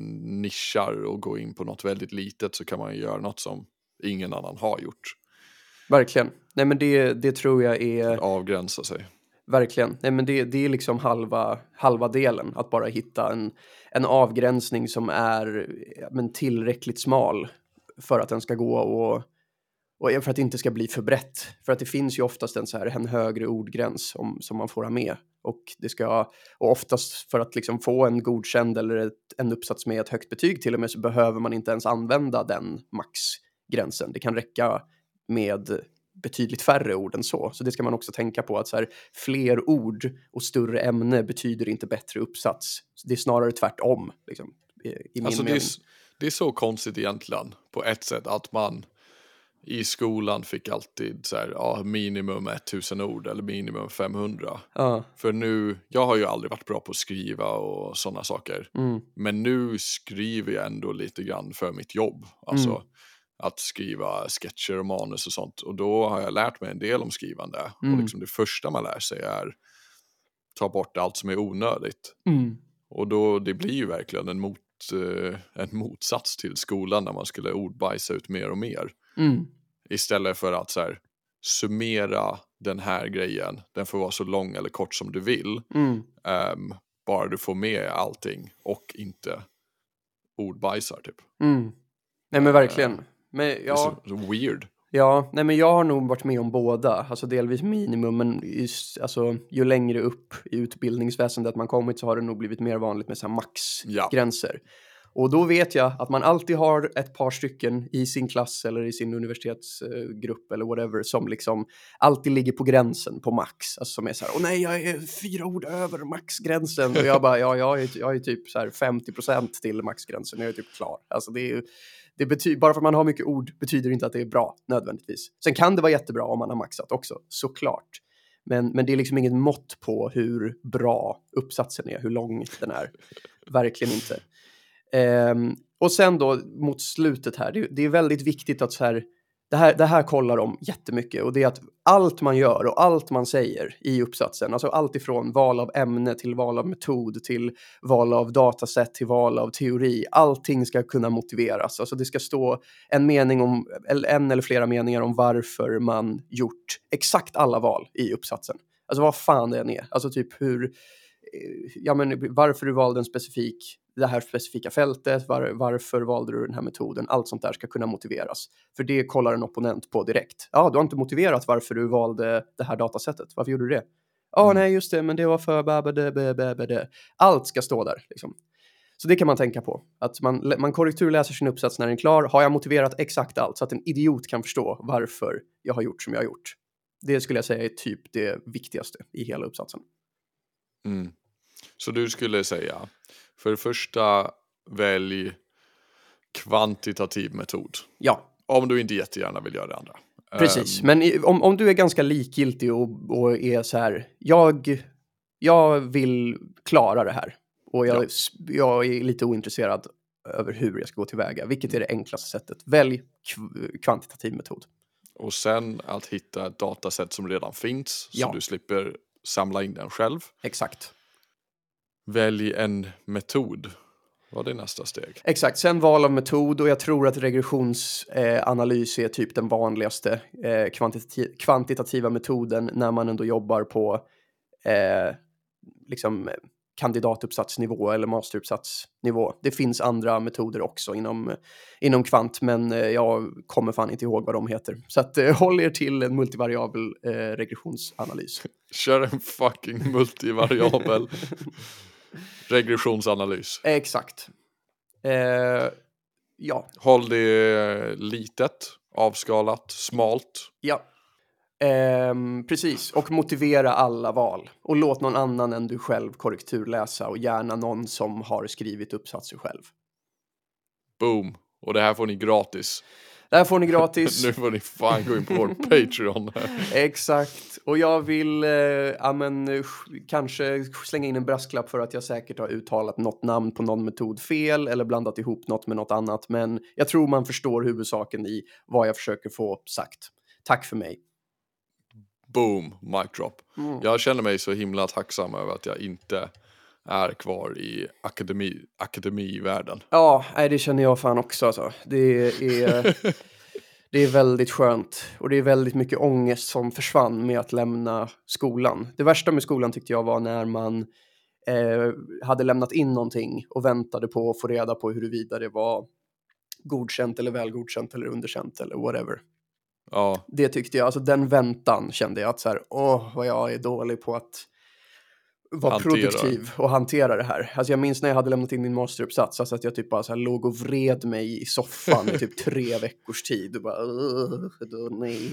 nischar och går in på något väldigt litet så kan man göra något som ingen annan har gjort. Verkligen. Nej, men det, det tror jag är... Avgränsa sig. Verkligen. Nej, men det, det är liksom halva, halva delen. Att bara hitta en, en avgränsning som är men, tillräckligt smal för att den ska gå och, och för att det inte ska bli för brett. För att det finns ju oftast en, så här, en högre ordgräns om, som man får ha med. Och, det ska, och oftast för att liksom få en godkänd eller ett, en uppsats med ett högt betyg till och med, så behöver man inte ens använda den maxgränsen. Det kan räcka med betydligt färre ord än så. Så det ska man också tänka på, att så här, fler ord och större ämne betyder inte bättre uppsats. Det är snarare tvärtom. Liksom, i, i min alltså det mening. är, det är så konstigt egentligen på ett sätt att man i skolan fick alltid så här, ja, minimum tusen ord eller minimum femhundra. Ja. För nu, jag har ju aldrig varit bra på att skriva och sådana saker. Mm. Men nu skriver jag ändå lite grann för mitt jobb. Alltså Mm. att skriva sketcher och manus och sånt. Och då har jag lärt mig en del om skrivande. Mm. Och liksom det första man lär sig är ta bort allt som är onödigt. Mm. Och då, det blir ju verkligen en, mot, eh, en motsats till skolan när man skulle ordbajsa ut mer och mer. Mm. Istället för att så här, summera den här grejen. Den får vara så lång eller kort som du vill. Mm. Um, bara du får med allting och inte ordbajsar typ. Mm. Nej, men verkligen. Men, Det är ja, så, så weird. ja, nej, men jag har nog varit med om båda. Alltså delvis minimum, men just, alltså, ju längre upp i utbildningsväsendet man kommit så har det nog blivit mer vanligt med så här maxgränser. Ja. Och då vet jag att man alltid har ett par stycken i sin klass eller i sin universitetsgrupp eller whatever som liksom alltid ligger på gränsen på max. Alltså som är så här, åh nej, jag är fyra ord över maxgränsen. Och jag bara, ja, jag är, jag är typ så här femtio procent till maxgränsen. Jag är typ klar. Alltså det är ju, det betyder, bara för att man har mycket ord betyder inte att det är bra nödvändigtvis. Sen kan det vara jättebra om man har maxat också, såklart. Men, men det är liksom inget mått på hur bra uppsatsen är, hur lång den är. Verkligen inte. Um, och sen då mot slutet här, det, det är väldigt viktigt att så här, det här, det här kollar de jättemycket, och det är att allt man gör och allt man säger i uppsatsen, alltså allt ifrån val av ämne till val av metod till val av datasätt till val av teori, allting ska kunna motiveras. Alltså det ska stå en mening om, eller en eller flera meningar om varför man gjort exakt alla val i uppsatsen. Alltså vad fan det än är, alltså typ hur ja, men varför du valde en specifik det här specifika fältet, var, varför valde du den här metoden, allt sånt där ska kunna motiveras. För det kollar en opponent på direkt. Ja, du har inte motiverat varför du valde det här datasättet. Varför gjorde du det? Ja, mm. nej just det, men det var för babade, babade. Allt ska stå där liksom. Så det kan man tänka på. Att man, man korrekturläser sin uppsats när den är klar. Har jag motiverat exakt allt så att en idiot kan förstå varför jag har gjort som jag har gjort. Det skulle jag säga är typ det viktigaste i hela uppsatsen. Mm. Så du skulle säga, för det första, välj kvantitativ metod. Ja. Om du inte jättegärna vill göra det andra. Precis, um, men i, om, om du är ganska likgiltig och, och är så här, jag, jag vill klara det här. Och jag, ja. jag är lite ointresserad över hur jag ska gå tillväga. Vilket är det enklaste sättet? Välj kv- kvantitativ metod. Och sen att hitta ett datasätt som redan finns. Ja. Så du slipper samla in den själv. Exakt. Välj en metod. Vad är nästa steg? Exakt, sen val av metod. Och jag tror att regressionsanalys eh, är typ den vanligaste eh, kvantitativ- kvantitativa metoden. När man ändå jobbar på eh, liksom kandidatuppsatsnivå eller masteruppsatsnivå. Det finns andra metoder också inom, inom kvant, men jag kommer fan inte ihåg vad de heter. Så att eh, håll er till en multivariabel eh, regressionsanalys. Kör en fucking multivariabel regressionsanalys. Exakt. Eh, ja. Håll det litet, avskalat, smalt. Ja. Um, precis, och motivera alla val. Och låt någon annan än du själv korrekturläsa. Och gärna någon som har skrivit uppsatser själv. Boom, och det här får ni gratis. Det här får ni gratis. Nu får ni fan gå in på vår Patreon. Exakt, och jag vill eh, ja, men, kanske slänga in en brasklapp för att jag säkert har uttalat något namn på någon metod fel. Eller blandat ihop något med något annat. Men jag tror man förstår huvudsaken i vad jag försöker få sagt. Tack för mig. Boom, mic drop. Mm. Jag känner mig så himla tacksam över att jag inte är kvar i akademi, akademivärlden. Ja, det känner jag fan också. Alltså. Det är, det är väldigt skönt. Och det är väldigt mycket ångest som försvann med att lämna skolan. Det värsta med skolan tyckte jag var när man eh, hade lämnat in någonting och väntade på att få reda på huruvida det var godkänt eller välgodkänt eller underkänt eller whatever. Ja. Det tyckte jag, alltså den väntan kände jag att så här, åh vad jag är dålig på att vara hantera. produktiv och hantera det här. Alltså jag minns när jag hade lämnat in min masteruppsats, alltså att jag typ bara så här låg och vred mig i soffan i typ tre veckors tid och bara, nej.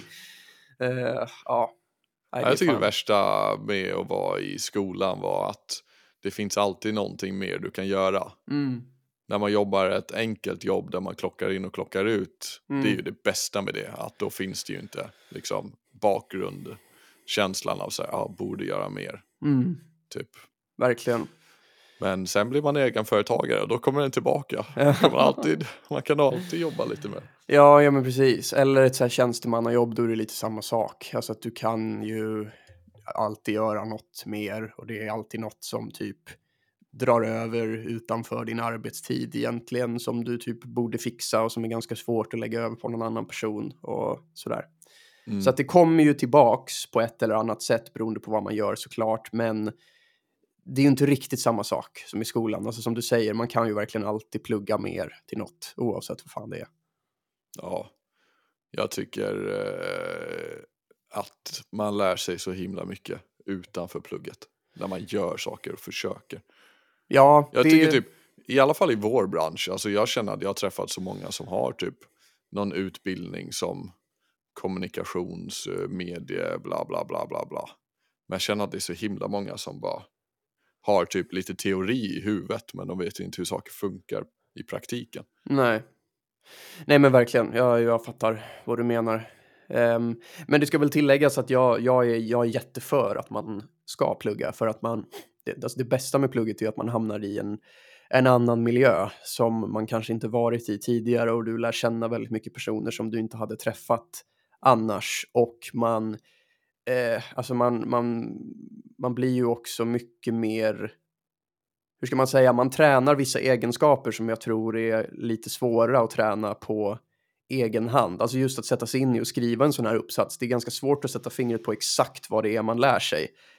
Uh, ja. Nej, jag tycker fan. Det värsta med att vara i skolan var att det finns alltid någonting mer du kan göra. Mm. När man jobbar ett enkelt jobb där man klockar in och klockar ut. Mm. Det är ju det bästa med det. Att då finns det ju inte liksom bakgrund. Känslan av så här, ja, borde göra mer. Mm. Typ. Verkligen. Men sen blir man egenföretagare och då kommer den tillbaka. Man kan, alltid, man kan alltid jobba lite mer. Ja, ja men precis. Eller ett så här tjänstemannajobb, då är det lite samma sak. Alltså att du kan ju alltid göra något mer. Och det är alltid något som typ drar över utanför din arbetstid egentligen, som du typ borde fixa och som är ganska svårt att lägga över på någon annan person och sådär. Mm. Så att det kommer ju tillbaks på ett eller annat sätt beroende på vad man gör såklart, men det är ju inte riktigt samma sak som i skolan. Alltså som du säger, man kan ju verkligen alltid plugga mer till något oavsett vad fan det är. Ja, jag tycker eh, att man lär sig så himla mycket utanför plugget när man gör saker och försöker. Ja, jag det... tycker typ, i alla fall i vår bransch, alltså jag känner att jag har träffat så många som har typ någon utbildning som kommunikations, medie, bla bla bla bla bla. Men jag känner att det är så himla många som bara har typ lite teori i huvudet, men de vet inte hur saker funkar i praktiken. Nej, Nej men verkligen, jag, jag fattar vad du menar. Um, men det ska väl tilläggas att jag, jag, är, jag är jätteför att man ska plugga, för att man, det, alltså det bästa med plugget är att man hamnar i en, en annan miljö som man kanske inte varit i tidigare, och du lär känna väldigt mycket personer som du inte hade träffat annars, och man eh, alltså man, man, man blir ju också mycket mer, hur ska man säga, man tränar vissa egenskaper som jag tror är lite svåra att träna på egen hand. Alltså just att sätta sig in i och skriva en sån här uppsats. Det är ganska svårt att sätta fingret på exakt vad det är man lär sig.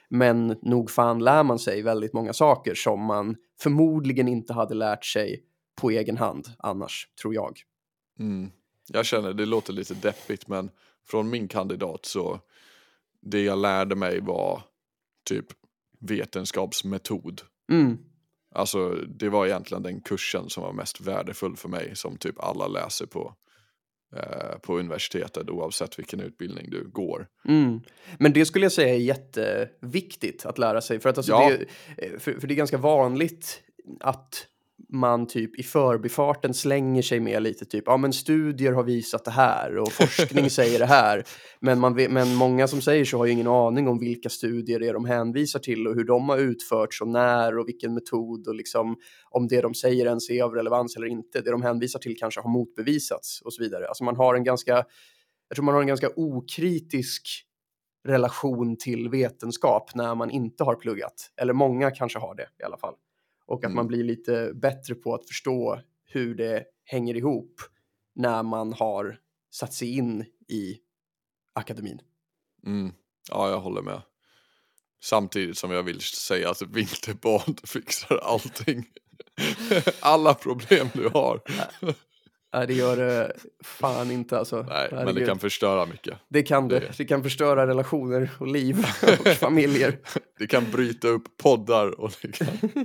Men nog fan lär man sig väldigt många saker som man förmodligen inte hade lärt sig på egen hand annars, tror jag. Mm. Jag känner, det låter lite deppigt, men från min kandidat så det jag lärde mig var typ vetenskapsmetod. Mm. Alltså det var egentligen den kursen som var mest värdefull för mig, som typ alla läser på eh, på universitetet oavsett vilken utbildning du går. Mm. Men det skulle jag säga är jätteviktigt att lära sig, för att alltså Ja. det, för, för det är ganska vanligt att man typ i förbifarten slänger sig med lite typ, ja men studier har visat det här och forskning säger det här, men, man vet, men många som säger så har ju ingen aning om vilka studier det är de hänvisar till och hur de har utförts och när och vilken metod och liksom om det de säger ens är av relevans eller inte. Det de hänvisar till kanske har motbevisats och så vidare. Alltså man har en ganska, jag tror man har en ganska okritisk relation till vetenskap när man inte har pluggat, eller många kanske har det i alla fall. Och att Mm. man blir lite bättre på att förstå hur det hänger ihop när man har satt sig in i akademin. Mm. Ja, jag håller med. Samtidigt som jag vill säga att vinterbad fixar allting. Alla problem du har. Nej, det gör det fan inte alltså. Nej, Herregud. men det kan förstöra mycket. Det kan det. Det- Det kan förstöra relationer och liv och familjer. Det kan bryta upp poddar och det kan...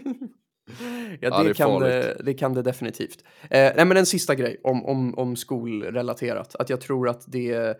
Ja, Ja, det, det är kan farligt. det, det kan det definitivt. Eh, nej, men en sista grej om, om, om skolrelaterat. Att jag tror att det, eh,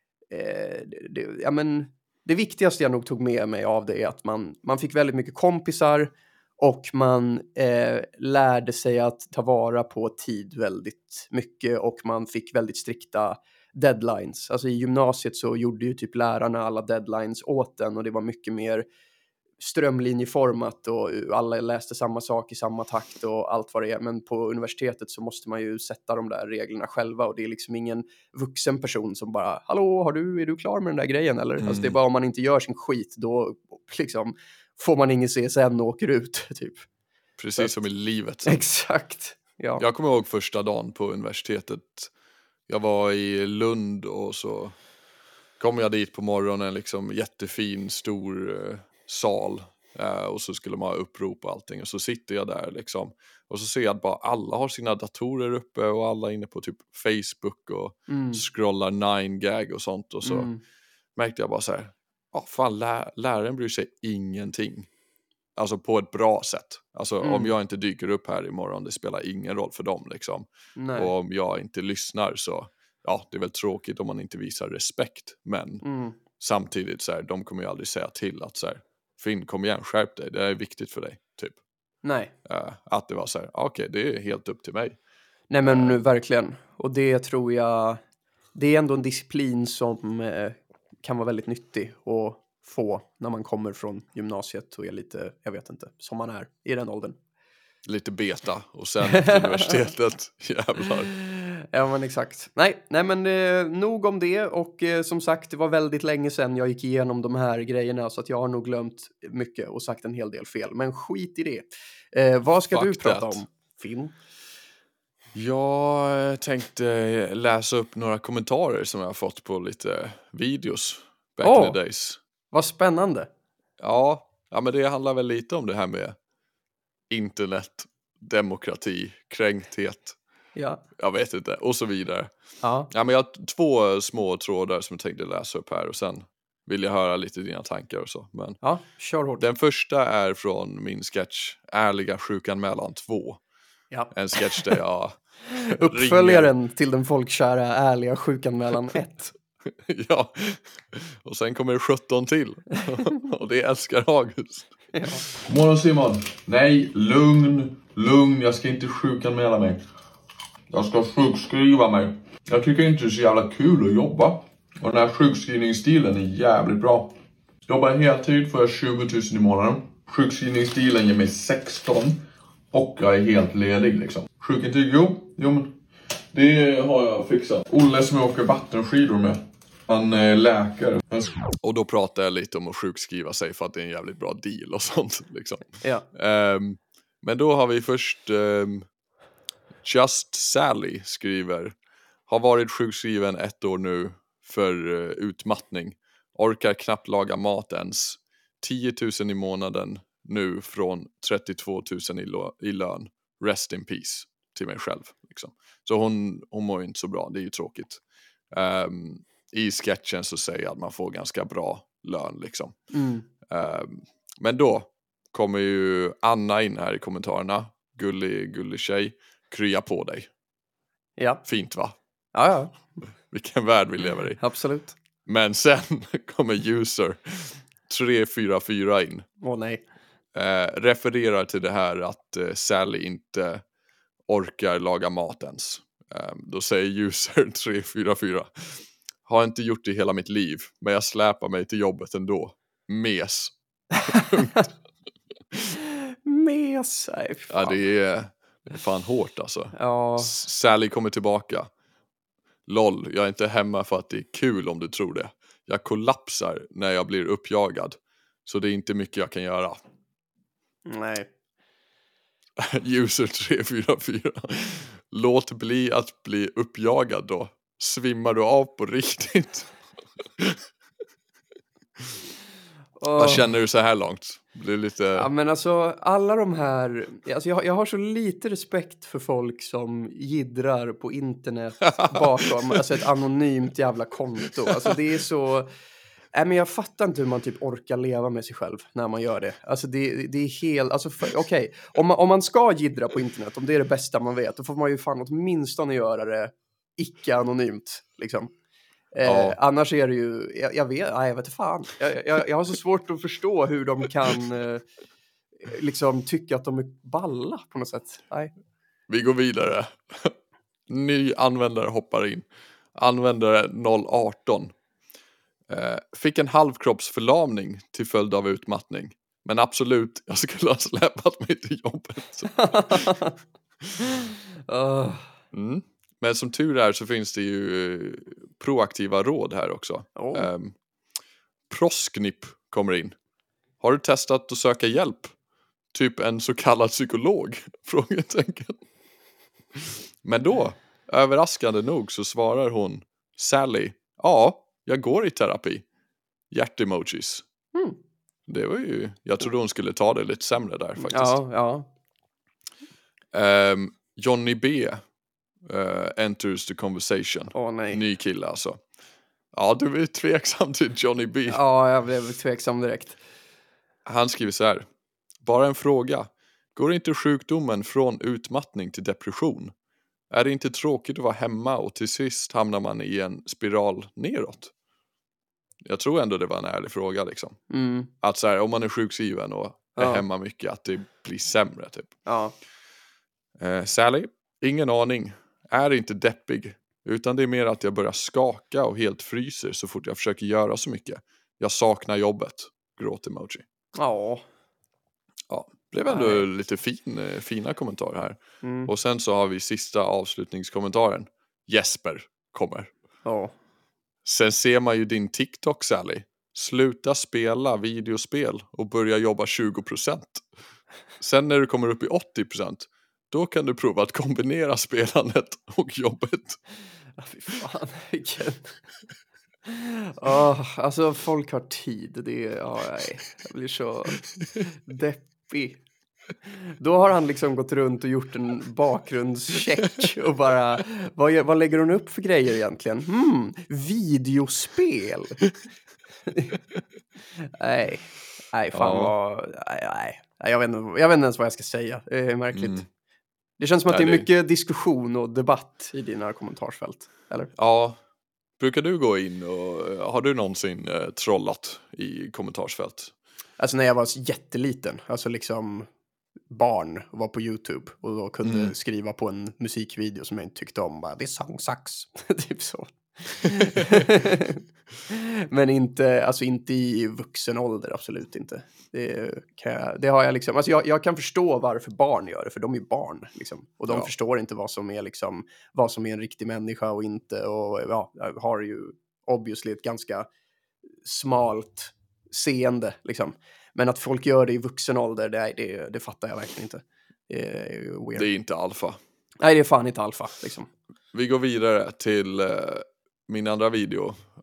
det, det, ja, men det viktigaste jag nog tog med mig av det är att man, man fick väldigt mycket kompisar och man eh, lärde sig att ta vara på tid väldigt mycket och man fick väldigt strikta deadlines. Alltså i gymnasiet så gjorde ju typ lärarna alla deadlines åt en och det var mycket mer strömlinjeformat och alla läste samma sak i samma takt och allt vad det är. Men på universitetet så måste man ju sätta de där reglerna själva och det är liksom ingen vuxen person som bara, hallå, har du, är du klar med den där grejen eller? Mm. Alltså det är bara om man inte gör sin skit då liksom får man ingen C S N och åker ut typ. Precis som i livet. Exakt. Ja. Jag kommer ihåg första dagen på universitetet. Jag var i Lund och så kom jag dit på morgonen, liksom jättefin stor eh, sal. Eh, och så skulle man ha upprop och allting. Och så sitter jag där liksom. Och så ser jag att bara alla har sina datorer uppe och alla är inne på typ Facebook och Mm. scrollar nine gag och sånt. Och så Mm. märkte jag bara så här, ja fan lä- läraren bryr sig ingenting. Alltså på ett bra sätt. Alltså Mm. om jag inte dyker upp här imorgon, det spelar ingen roll för dem liksom. Nej. Och om jag inte lyssnar så, ja det är väl tråkigt om man inte visar respekt. Men Mm. samtidigt så här, de kommer ju aldrig säga till att så här, Finn kom igen, skärp dig, det är viktigt för dig. Typ. Nej. Uh, att det var så här, okej okay, det är helt upp till mig. Nej men nu verkligen. Och det tror jag, det är ändå en disciplin som eh, kan vara väldigt nyttig att få när man kommer från gymnasiet och är lite, jag vet inte, som man är i den åldern. Lite beta och sen till universitetet, jävlar. Ja men exakt. Nej, nej men eh, nog om det och eh, som sagt det var väldigt länge sedan jag gick igenom de här grejerna så att jag har nog glömt mycket och sagt en hel del fel. Men skit i det. Eh, vad ska Fuck du prata that. om, Finn? Jag tänkte läsa upp några kommentarer som jag har fått på lite videos back Oh. in the days. Vad spännande. Ja, ja, men det handlar väl lite om det här med internet, demokrati, kränkthet, Ja. jag vet inte, och så vidare. Ja. Ja, men jag har två små trådar som jag tänkte läsa upp här och sen vill jag höra lite dina tankar och så. Men Ja, kör hårt. den första är från min sketch Ärliga sjukanmälan två. Ja. En sketch där jag Uppföljaren till den folkkära ärliga sjukanmälan ett. Ja, och sen kommer det sjutton till. Och det älskar August. Ja. Morgon Simon. Nej, lugn, lugn. Jag ska inte sjukanmäla mig. Jag ska sjukskriva mig. Jag tycker inte det är så jävla kul att jobba. Och den här sjukskrivningsstilen är jävligt bra. Jobbar heltid får jag tjugo tusen i månaden. Sjukskrivningsstilen ger mig sexton. Och jag är helt ledig liksom. Sjukintyg, jo. Jo men det har jag fixat. Olle som jag åker vattenskidor med. Han är läkare. Och då pratar jag lite om att sjukskriva sig för att det är en jävligt bra deal och sånt liksom. Ja. Um, men då har vi först um, Just Sally skriver: har varit sjukskriven ett år nu för uh, utmattning. Orkar knappt laga mat ens. tio tusen i månaden nu från trettiotvå tusen i, lo- i lön. Rest in peace till mig själv. Liksom. Så hon, hon mår ju inte så bra, det är ju tråkigt. Um, I sketchen så säger jag att man får ganska bra lön liksom. Mm. Um, men då kommer ju Anna in här i kommentarerna. Gullig, gullig tjej. Krya på dig. Ja. Fint va? Ja, ja. Vilken värld vi lever i. Absolut. Men sen kommer user tre fyra fyra in. Åh nej. Eh, refererar till det här att eh, Sally inte orkar laga mat ens. Eh, då säger user tre fyra fyra. Har inte gjort det hela mitt liv, men jag släpar mig till jobbet ändå. Mes. Mes. Nej, fan. Ja, det är, det är fan hårt alltså. Ja. S- Sally kommer tillbaka. Lol, jag är inte hemma för att det är kul om du tror det. Jag kollapsar när jag blir uppjagad. Så det är inte mycket jag kan göra. Nej. User tre fyra fyra. Låt bli att bli uppjagad då. Svimmar du av på riktigt? Oh. Vad känner du så här långt? Blir lite... Ja, men alltså alla de här, alltså jag, jag har så lite respekt för folk som jiddrar på internet bakom alltså ett anonymt jävla konto. Alltså det är så, nej men jag fattar inte hur man typ orkar leva med sig själv när man gör det. Alltså det, det är helt, alltså okej, okay. om, man, om man ska jiddra på internet, om det är det bästa man vet, då får man ju fan åtminstone göra det icke-anonymt liksom. Eh, Ja. Annars är det ju, jag, jag vet, nej, jag vet inte fan. Jag, jag, jag har så svårt att förstå hur de kan eh, liksom tycka att de är balla på något sätt. Nej. Vi går vidare. Ny användare hoppar in. Användare noll arton. Eh, fick en halvkroppsförlamning till följd av utmattning. Men absolut, jag skulle ha släpat mig till jobbet. uh. Mm. Men som tur är så finns det ju proaktiva råd här också. Oh. Um, Prosknip kommer in. Har du testat att söka hjälp? Typ en så kallad psykolog? Frågetecken. Men då, överraskande nog, så svarar hon Sally, ja, jag går i terapi. Hjärt-emojis. Mm. Det var ju, jag trodde hon skulle ta det lite sämre där faktiskt. Ja, ja. Um, Johnny B. Uh, enters the conversation. Åh nej. Ny kille alltså. Ja, du är tveksam till Johnny B. Ja, jag blev tveksam direkt. Han skriver så här. Bara en fråga. Går inte sjukdomen från utmattning till depression? Är det inte tråkigt att vara hemma och till sist hamnar man i en spiral neråt? Jag tror ändå det var en ärlig fråga liksom. Mm. Att så här, om man är sjukskriven och är Ja. hemma mycket, att det blir sämre typ. Ja. Eh, Sally, ingen aning. Är inte deppig. Utan det är mer att jag börjar skaka och helt fryser så fort jag försöker göra så mycket. Jag saknar jobbet. Gråt-emoji. Ja. Ja, blev ändå Nej. lite fin, fina kommentarer här. Mm. Och sen så har vi sista avslutningskommentaren. Jesper kommer. Ja. Sen ser man ju din TikTok, Sally. Sluta spela videospel och börja jobba tjugo procent. Sen när du kommer upp i åttio procent, då kan du prova att kombinera spelandet och jobbet. Ja, fy fan, vilken... Oh, alltså folk har tid. Det är, ja, nej, jag blir så deppig. Då har han liksom gått runt och gjort en bakgrundscheck och bara, vad, gör- vad lägger hon upp för grejer egentligen? Hmm, videospel. nej, nej, fan Ja. vad, nej, nej. Nej, jag vet, inte, jag vet inte ens vad jag ska säga. Det är märkligt. Mm. Det känns som att Nej, det är det- mycket diskussion och debatt i dina kommentarsfält, eller? Ja, brukar du gå in och har du någonsin eh, trollat i kommentarsfält? Alltså när jag var jätteliten, alltså liksom barn och var på YouTube och då kunde Mm. skriva på en musikvideo som jag inte tyckte om. Bara, det är song sucks. typ så. Men inte, alltså inte i vuxen ålder, absolut inte. Det, kan jag, det har jag liksom, alltså jag, jag kan förstå varför barn gör det, för de är barn liksom. Och de Ja. förstår inte vad som är liksom, vad som är en riktig människa och inte. Och ja, jag har ju obviously ett ganska smalt seende liksom. Men att folk gör det i vuxen ålder, det, det, det fattar jag verkligen inte. Det är ju weird. Det är inte alfa. Nej, det är fan inte alfa liksom. Vi går vidare till eh, min andra video.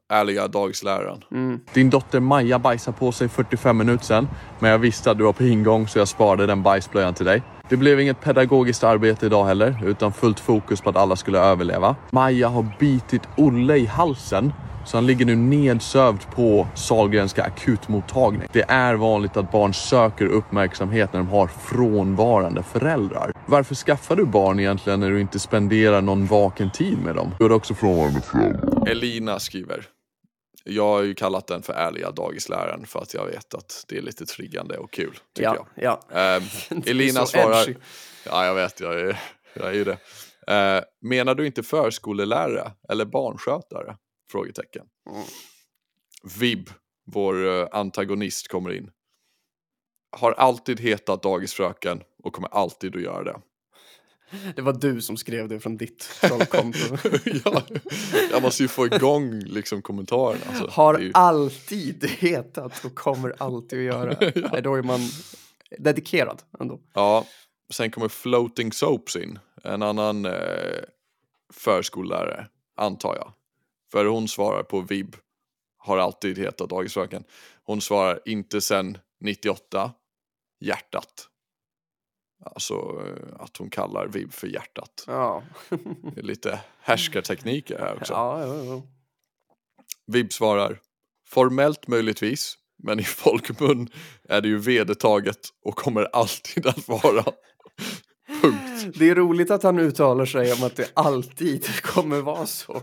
ärliga dagsläraren. Mm. Din dotter Maja bajsade på sig fyrtiofem minuter sedan, men jag visste att du var på ingång så jag sparade den bajsblöjan till dig. Det blev inget pedagogiskt arbete idag heller, utan fullt fokus på att alla skulle överleva. Maja har bitit Olle i halsen, så han ligger nu nedsövd på Sahlgrenska akutmottagning. Det är vanligt att barn söker uppmärksamhet när de har frånvarande föräldrar. Varför skaffar du barn egentligen när du inte spenderar någon vaken tid med dem? Du är också frånvarande föräldrar. Elina skriver. Jag har ju kallat den för ärliga dagisläraren för att jag vet att det är lite triggande och kul, tycker Ja, ja. jag. Eh, Det är Elina så svarar... edgy. Ja, jag vet, jag är, jag är ju det. Eh, menar du inte förskolelärare eller barnskötare? Frågetecken. Mm. Vib, vår uh, antagonist, kommer in. Har alltid hetat dagisfröken och kommer alltid att göra det. Det var du som skrev det från ditt trollkonto. Ja, jag måste ju få igång liksom kommentarerna. Alltså, Har ju... alltid hetat och kommer alltid att göra. Ja. Nej, då är man dedikerad ändå. Ja, sen kommer Floating Soaps in. En annan eh, förskollärare, antar jag. För hon svarar på Vib. Har alltid hetat dagisfröken. Hon svarar inte sen nittioåtta. Hjärtat. Alltså eh, att hon kallar Vib för hjärtat. Ja. Det är lite härskartekniker här också. Ja, ja, ja. Vib svarar. Formellt möjligtvis. Men i folkmun är det ju vedertaget och kommer alltid att vara. Punkt. Det är roligt att han uttalar sig om att det alltid kommer vara så.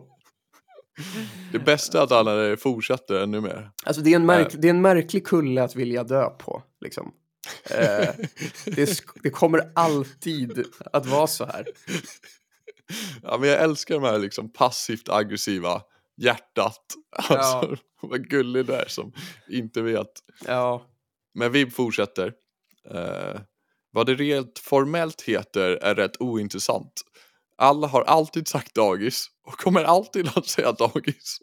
Det bästa är att han fortsätter ännu mer. Alltså det är en, märk- det är en märklig kulle att vilja dö på, liksom. Eh, det, sk- det kommer alltid att vara så här. Ja, men jag älskar de här liksom passivt aggressiva hjärtat. Alltså, Ja. vad gullig det är som inte vet. Ja. Men vi fortsätter. Eh, vad det rent formellt heter är rätt ointressant. Alla har alltid sagt dagis och kommer alltid att säga dagis.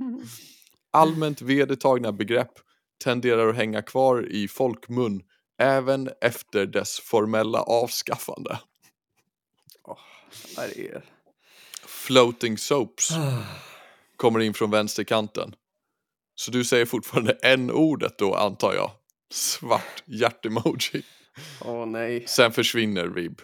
Allmänt vedertagna begrepp tenderar att hänga kvar i folkmun även efter dess formella avskaffande. Oh, det är... Floating Soaps kommer in från vänsterkanten. Så du säger fortfarande en ordet då, antar jag. Svart hjärtemoji. Åh oh, nej. Sen försvinner Vib.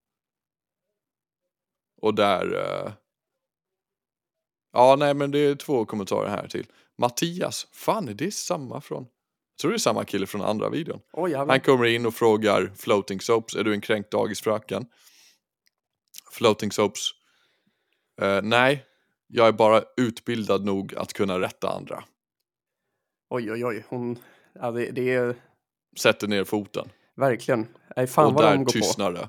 Och där... Uh... Ja, nej, men det är två kommentarer här till. Mattias, fan är det samma från... Jag tror det är samma kille från andra videon. Oh, Han kommer in och frågar Floating Soaps, är du en kränkt dagisfröken? Floating Soaps, uh, nej, jag är bara utbildad nog att kunna rätta andra. Oj, oj, oj. Hon... Ja, det, det är... Sätter ner foten. Verkligen. Nej, fan och vad där de går tystnar på. det.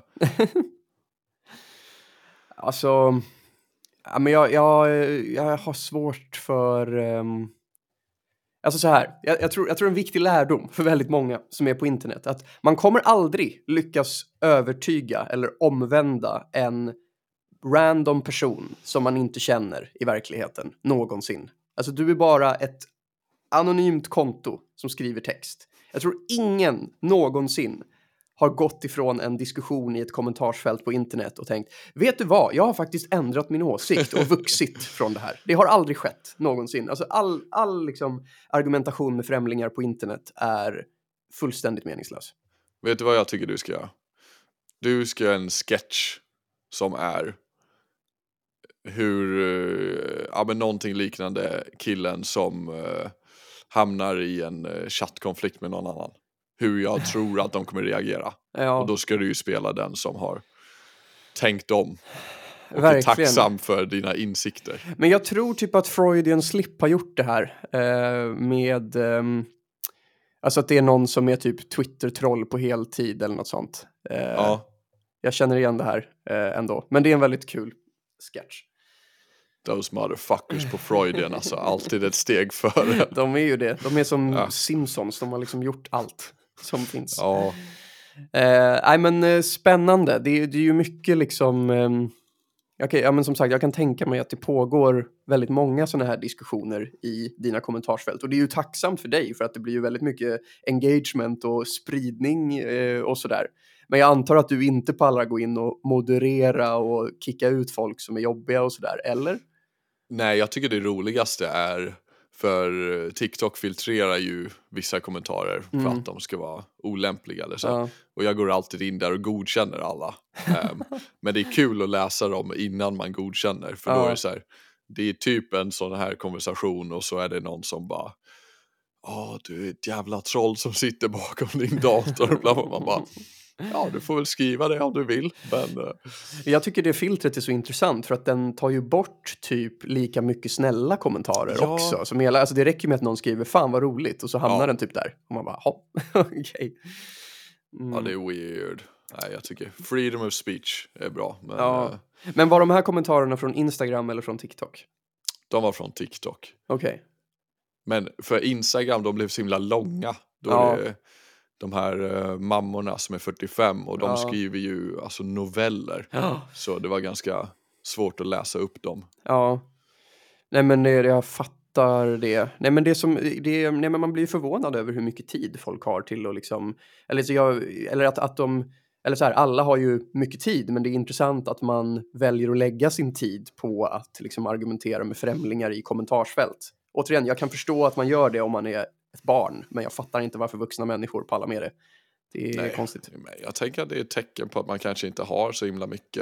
Alltså... Ja, men jag, jag, jag har svårt för... Um... Alltså så här, jag, jag, tror, jag tror en viktig lärdom för väldigt många som är på internet, att man kommer aldrig lyckas övertyga eller omvända en random person som man inte känner i verkligheten någonsin. Alltså du är bara ett anonymt konto som skriver text. Jag tror ingen någonsin har gått ifrån en diskussion i ett kommentarsfält på internet och tänkt, vet du vad, jag har faktiskt ändrat min åsikt och vuxit från det här. Det har aldrig skett någonsin. Alltså all, all liksom argumentation med främlingar på internet är fullständigt meningslös. Vet du vad jag tycker du ska göra? Du ska göra en sketch som är hur, ja men någonting liknande killen som uh, hamnar i en uh, chattkonflikt med någon annan. Hur jag tror att de kommer reagera. Ja. Och då ska du ju spela den som har tänkt om. Och Verkligen. är tacksam för dina insikter. Men jag tror typ att Freudian Slip har gjort det här. Eh, med... Um, alltså att det är någon som är typ Twitter-troll på heltid eller något sånt. Eh, Ja. Jag känner igen det här eh, ändå. Men det är en väldigt kul sketch. Those motherfuckers på Freudian, alltså alltid ett steg före. De är ju det. De är som Ja. Simpsons. De har liksom gjort allt som finns. Ja. Eh, nej men eh, spännande. Det, det är ju mycket liksom... Eh, Okej, okay, ja men som sagt, jag kan tänka mig att det pågår väldigt många sådana här diskussioner i dina kommentarsfält. Och det är ju tacksamt för dig, för att det blir ju väldigt mycket engagement och spridning eh, och sådär. Men jag antar att du inte pallar gå in och moderera och kicka ut folk som är jobbiga och sådär, eller? Nej, jag tycker det roligaste är För TikTok filtrerar ju vissa kommentarer för Mm. att de ska vara olämpliga eller så. Ja. Och jag går alltid in där och godkänner alla. um, men det är kul att läsa dem innan man godkänner. För då Ja. är det så här, det är typ en sån här konversation och så är det någon som bara Åh, du är ett jävla troll som sitter bakom din dator. Och bla bla. Man bara, ja, du får väl skriva det om du vill. Men, uh... Jag tycker det filtret är så intressant för att den tar ju bort typ lika mycket snälla kommentarer Ja. också. Som hela, alltså det räcker med att någon skriver fan vad roligt och så hamnar Ja. den typ där. Och man bara, hopp, okej. Okay. Mm. Ja, det är weird. Nej, jag tycker freedom of speech är bra. Men, Ja. uh... men var de här kommentarerna från Instagram eller från TikTok? de var från TikTok. Okej. Okay. Men för Instagram, de blev så himla långa. Då Ja. är det de här uh, mammorna som är fyrtiofem och de Ja. skriver ju alltså noveller. Ja. Så det var ganska svårt att läsa upp dem. Ja. Nej men det, jag fattar det. Nej men det som, det, nej men man blir förvånad över hur mycket tid folk har till att liksom, eller så jag, eller att, att de, eller så här, alla har ju mycket tid, men det är intressant att man väljer att lägga sin tid på att liksom argumentera med främlingar i kommentarsfält. Återigen, jag kan förstå att man gör det om man är ett barn, men jag fattar inte varför vuxna människor pallar med det. Det är Nej, konstigt. Jag tänker att det är ett tecken på att man kanske inte har så himla mycket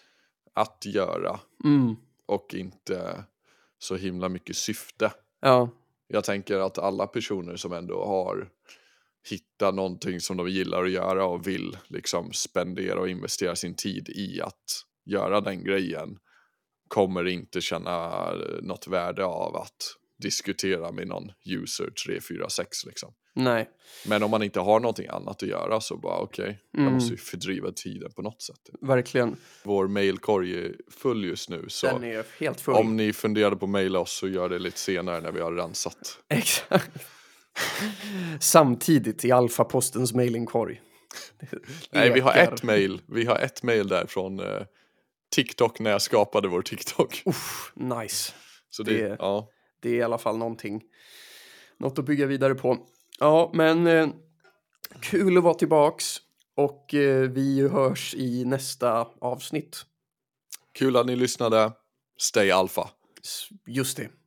att göra. Mm. Och inte så himla mycket syfte. Ja. Jag tänker att alla personer som ändå har hittat någonting som de gillar att göra och vill liksom spendera och investera sin tid i att göra den grejen kommer inte känna något värde av att diskutera med någon user tre fyra sex liksom. Nej. Men om man inte har någonting annat att göra så bara okej, okay, Mm. jag måste ju fördriva tiden på något sätt. Verkligen. Vår mailkorg är full just nu så Den är helt full. om ni funderade på att mejla oss så gör det lite senare när vi har rensat. Exakt. Samtidigt i Alfa-postens mailingkorg. Nej, vi har ett mail. Vi har ett mail där från eh, TikTok när jag skapade vår TikTok. Uff, nice. Så det, det, ja. det är i alla fall någonting. Något att bygga vidare på. Ja, men eh, kul att vara tillbaks. Och eh, vi hörs i nästa avsnitt. Kul att ni lyssnade. Stay alpha. Just det.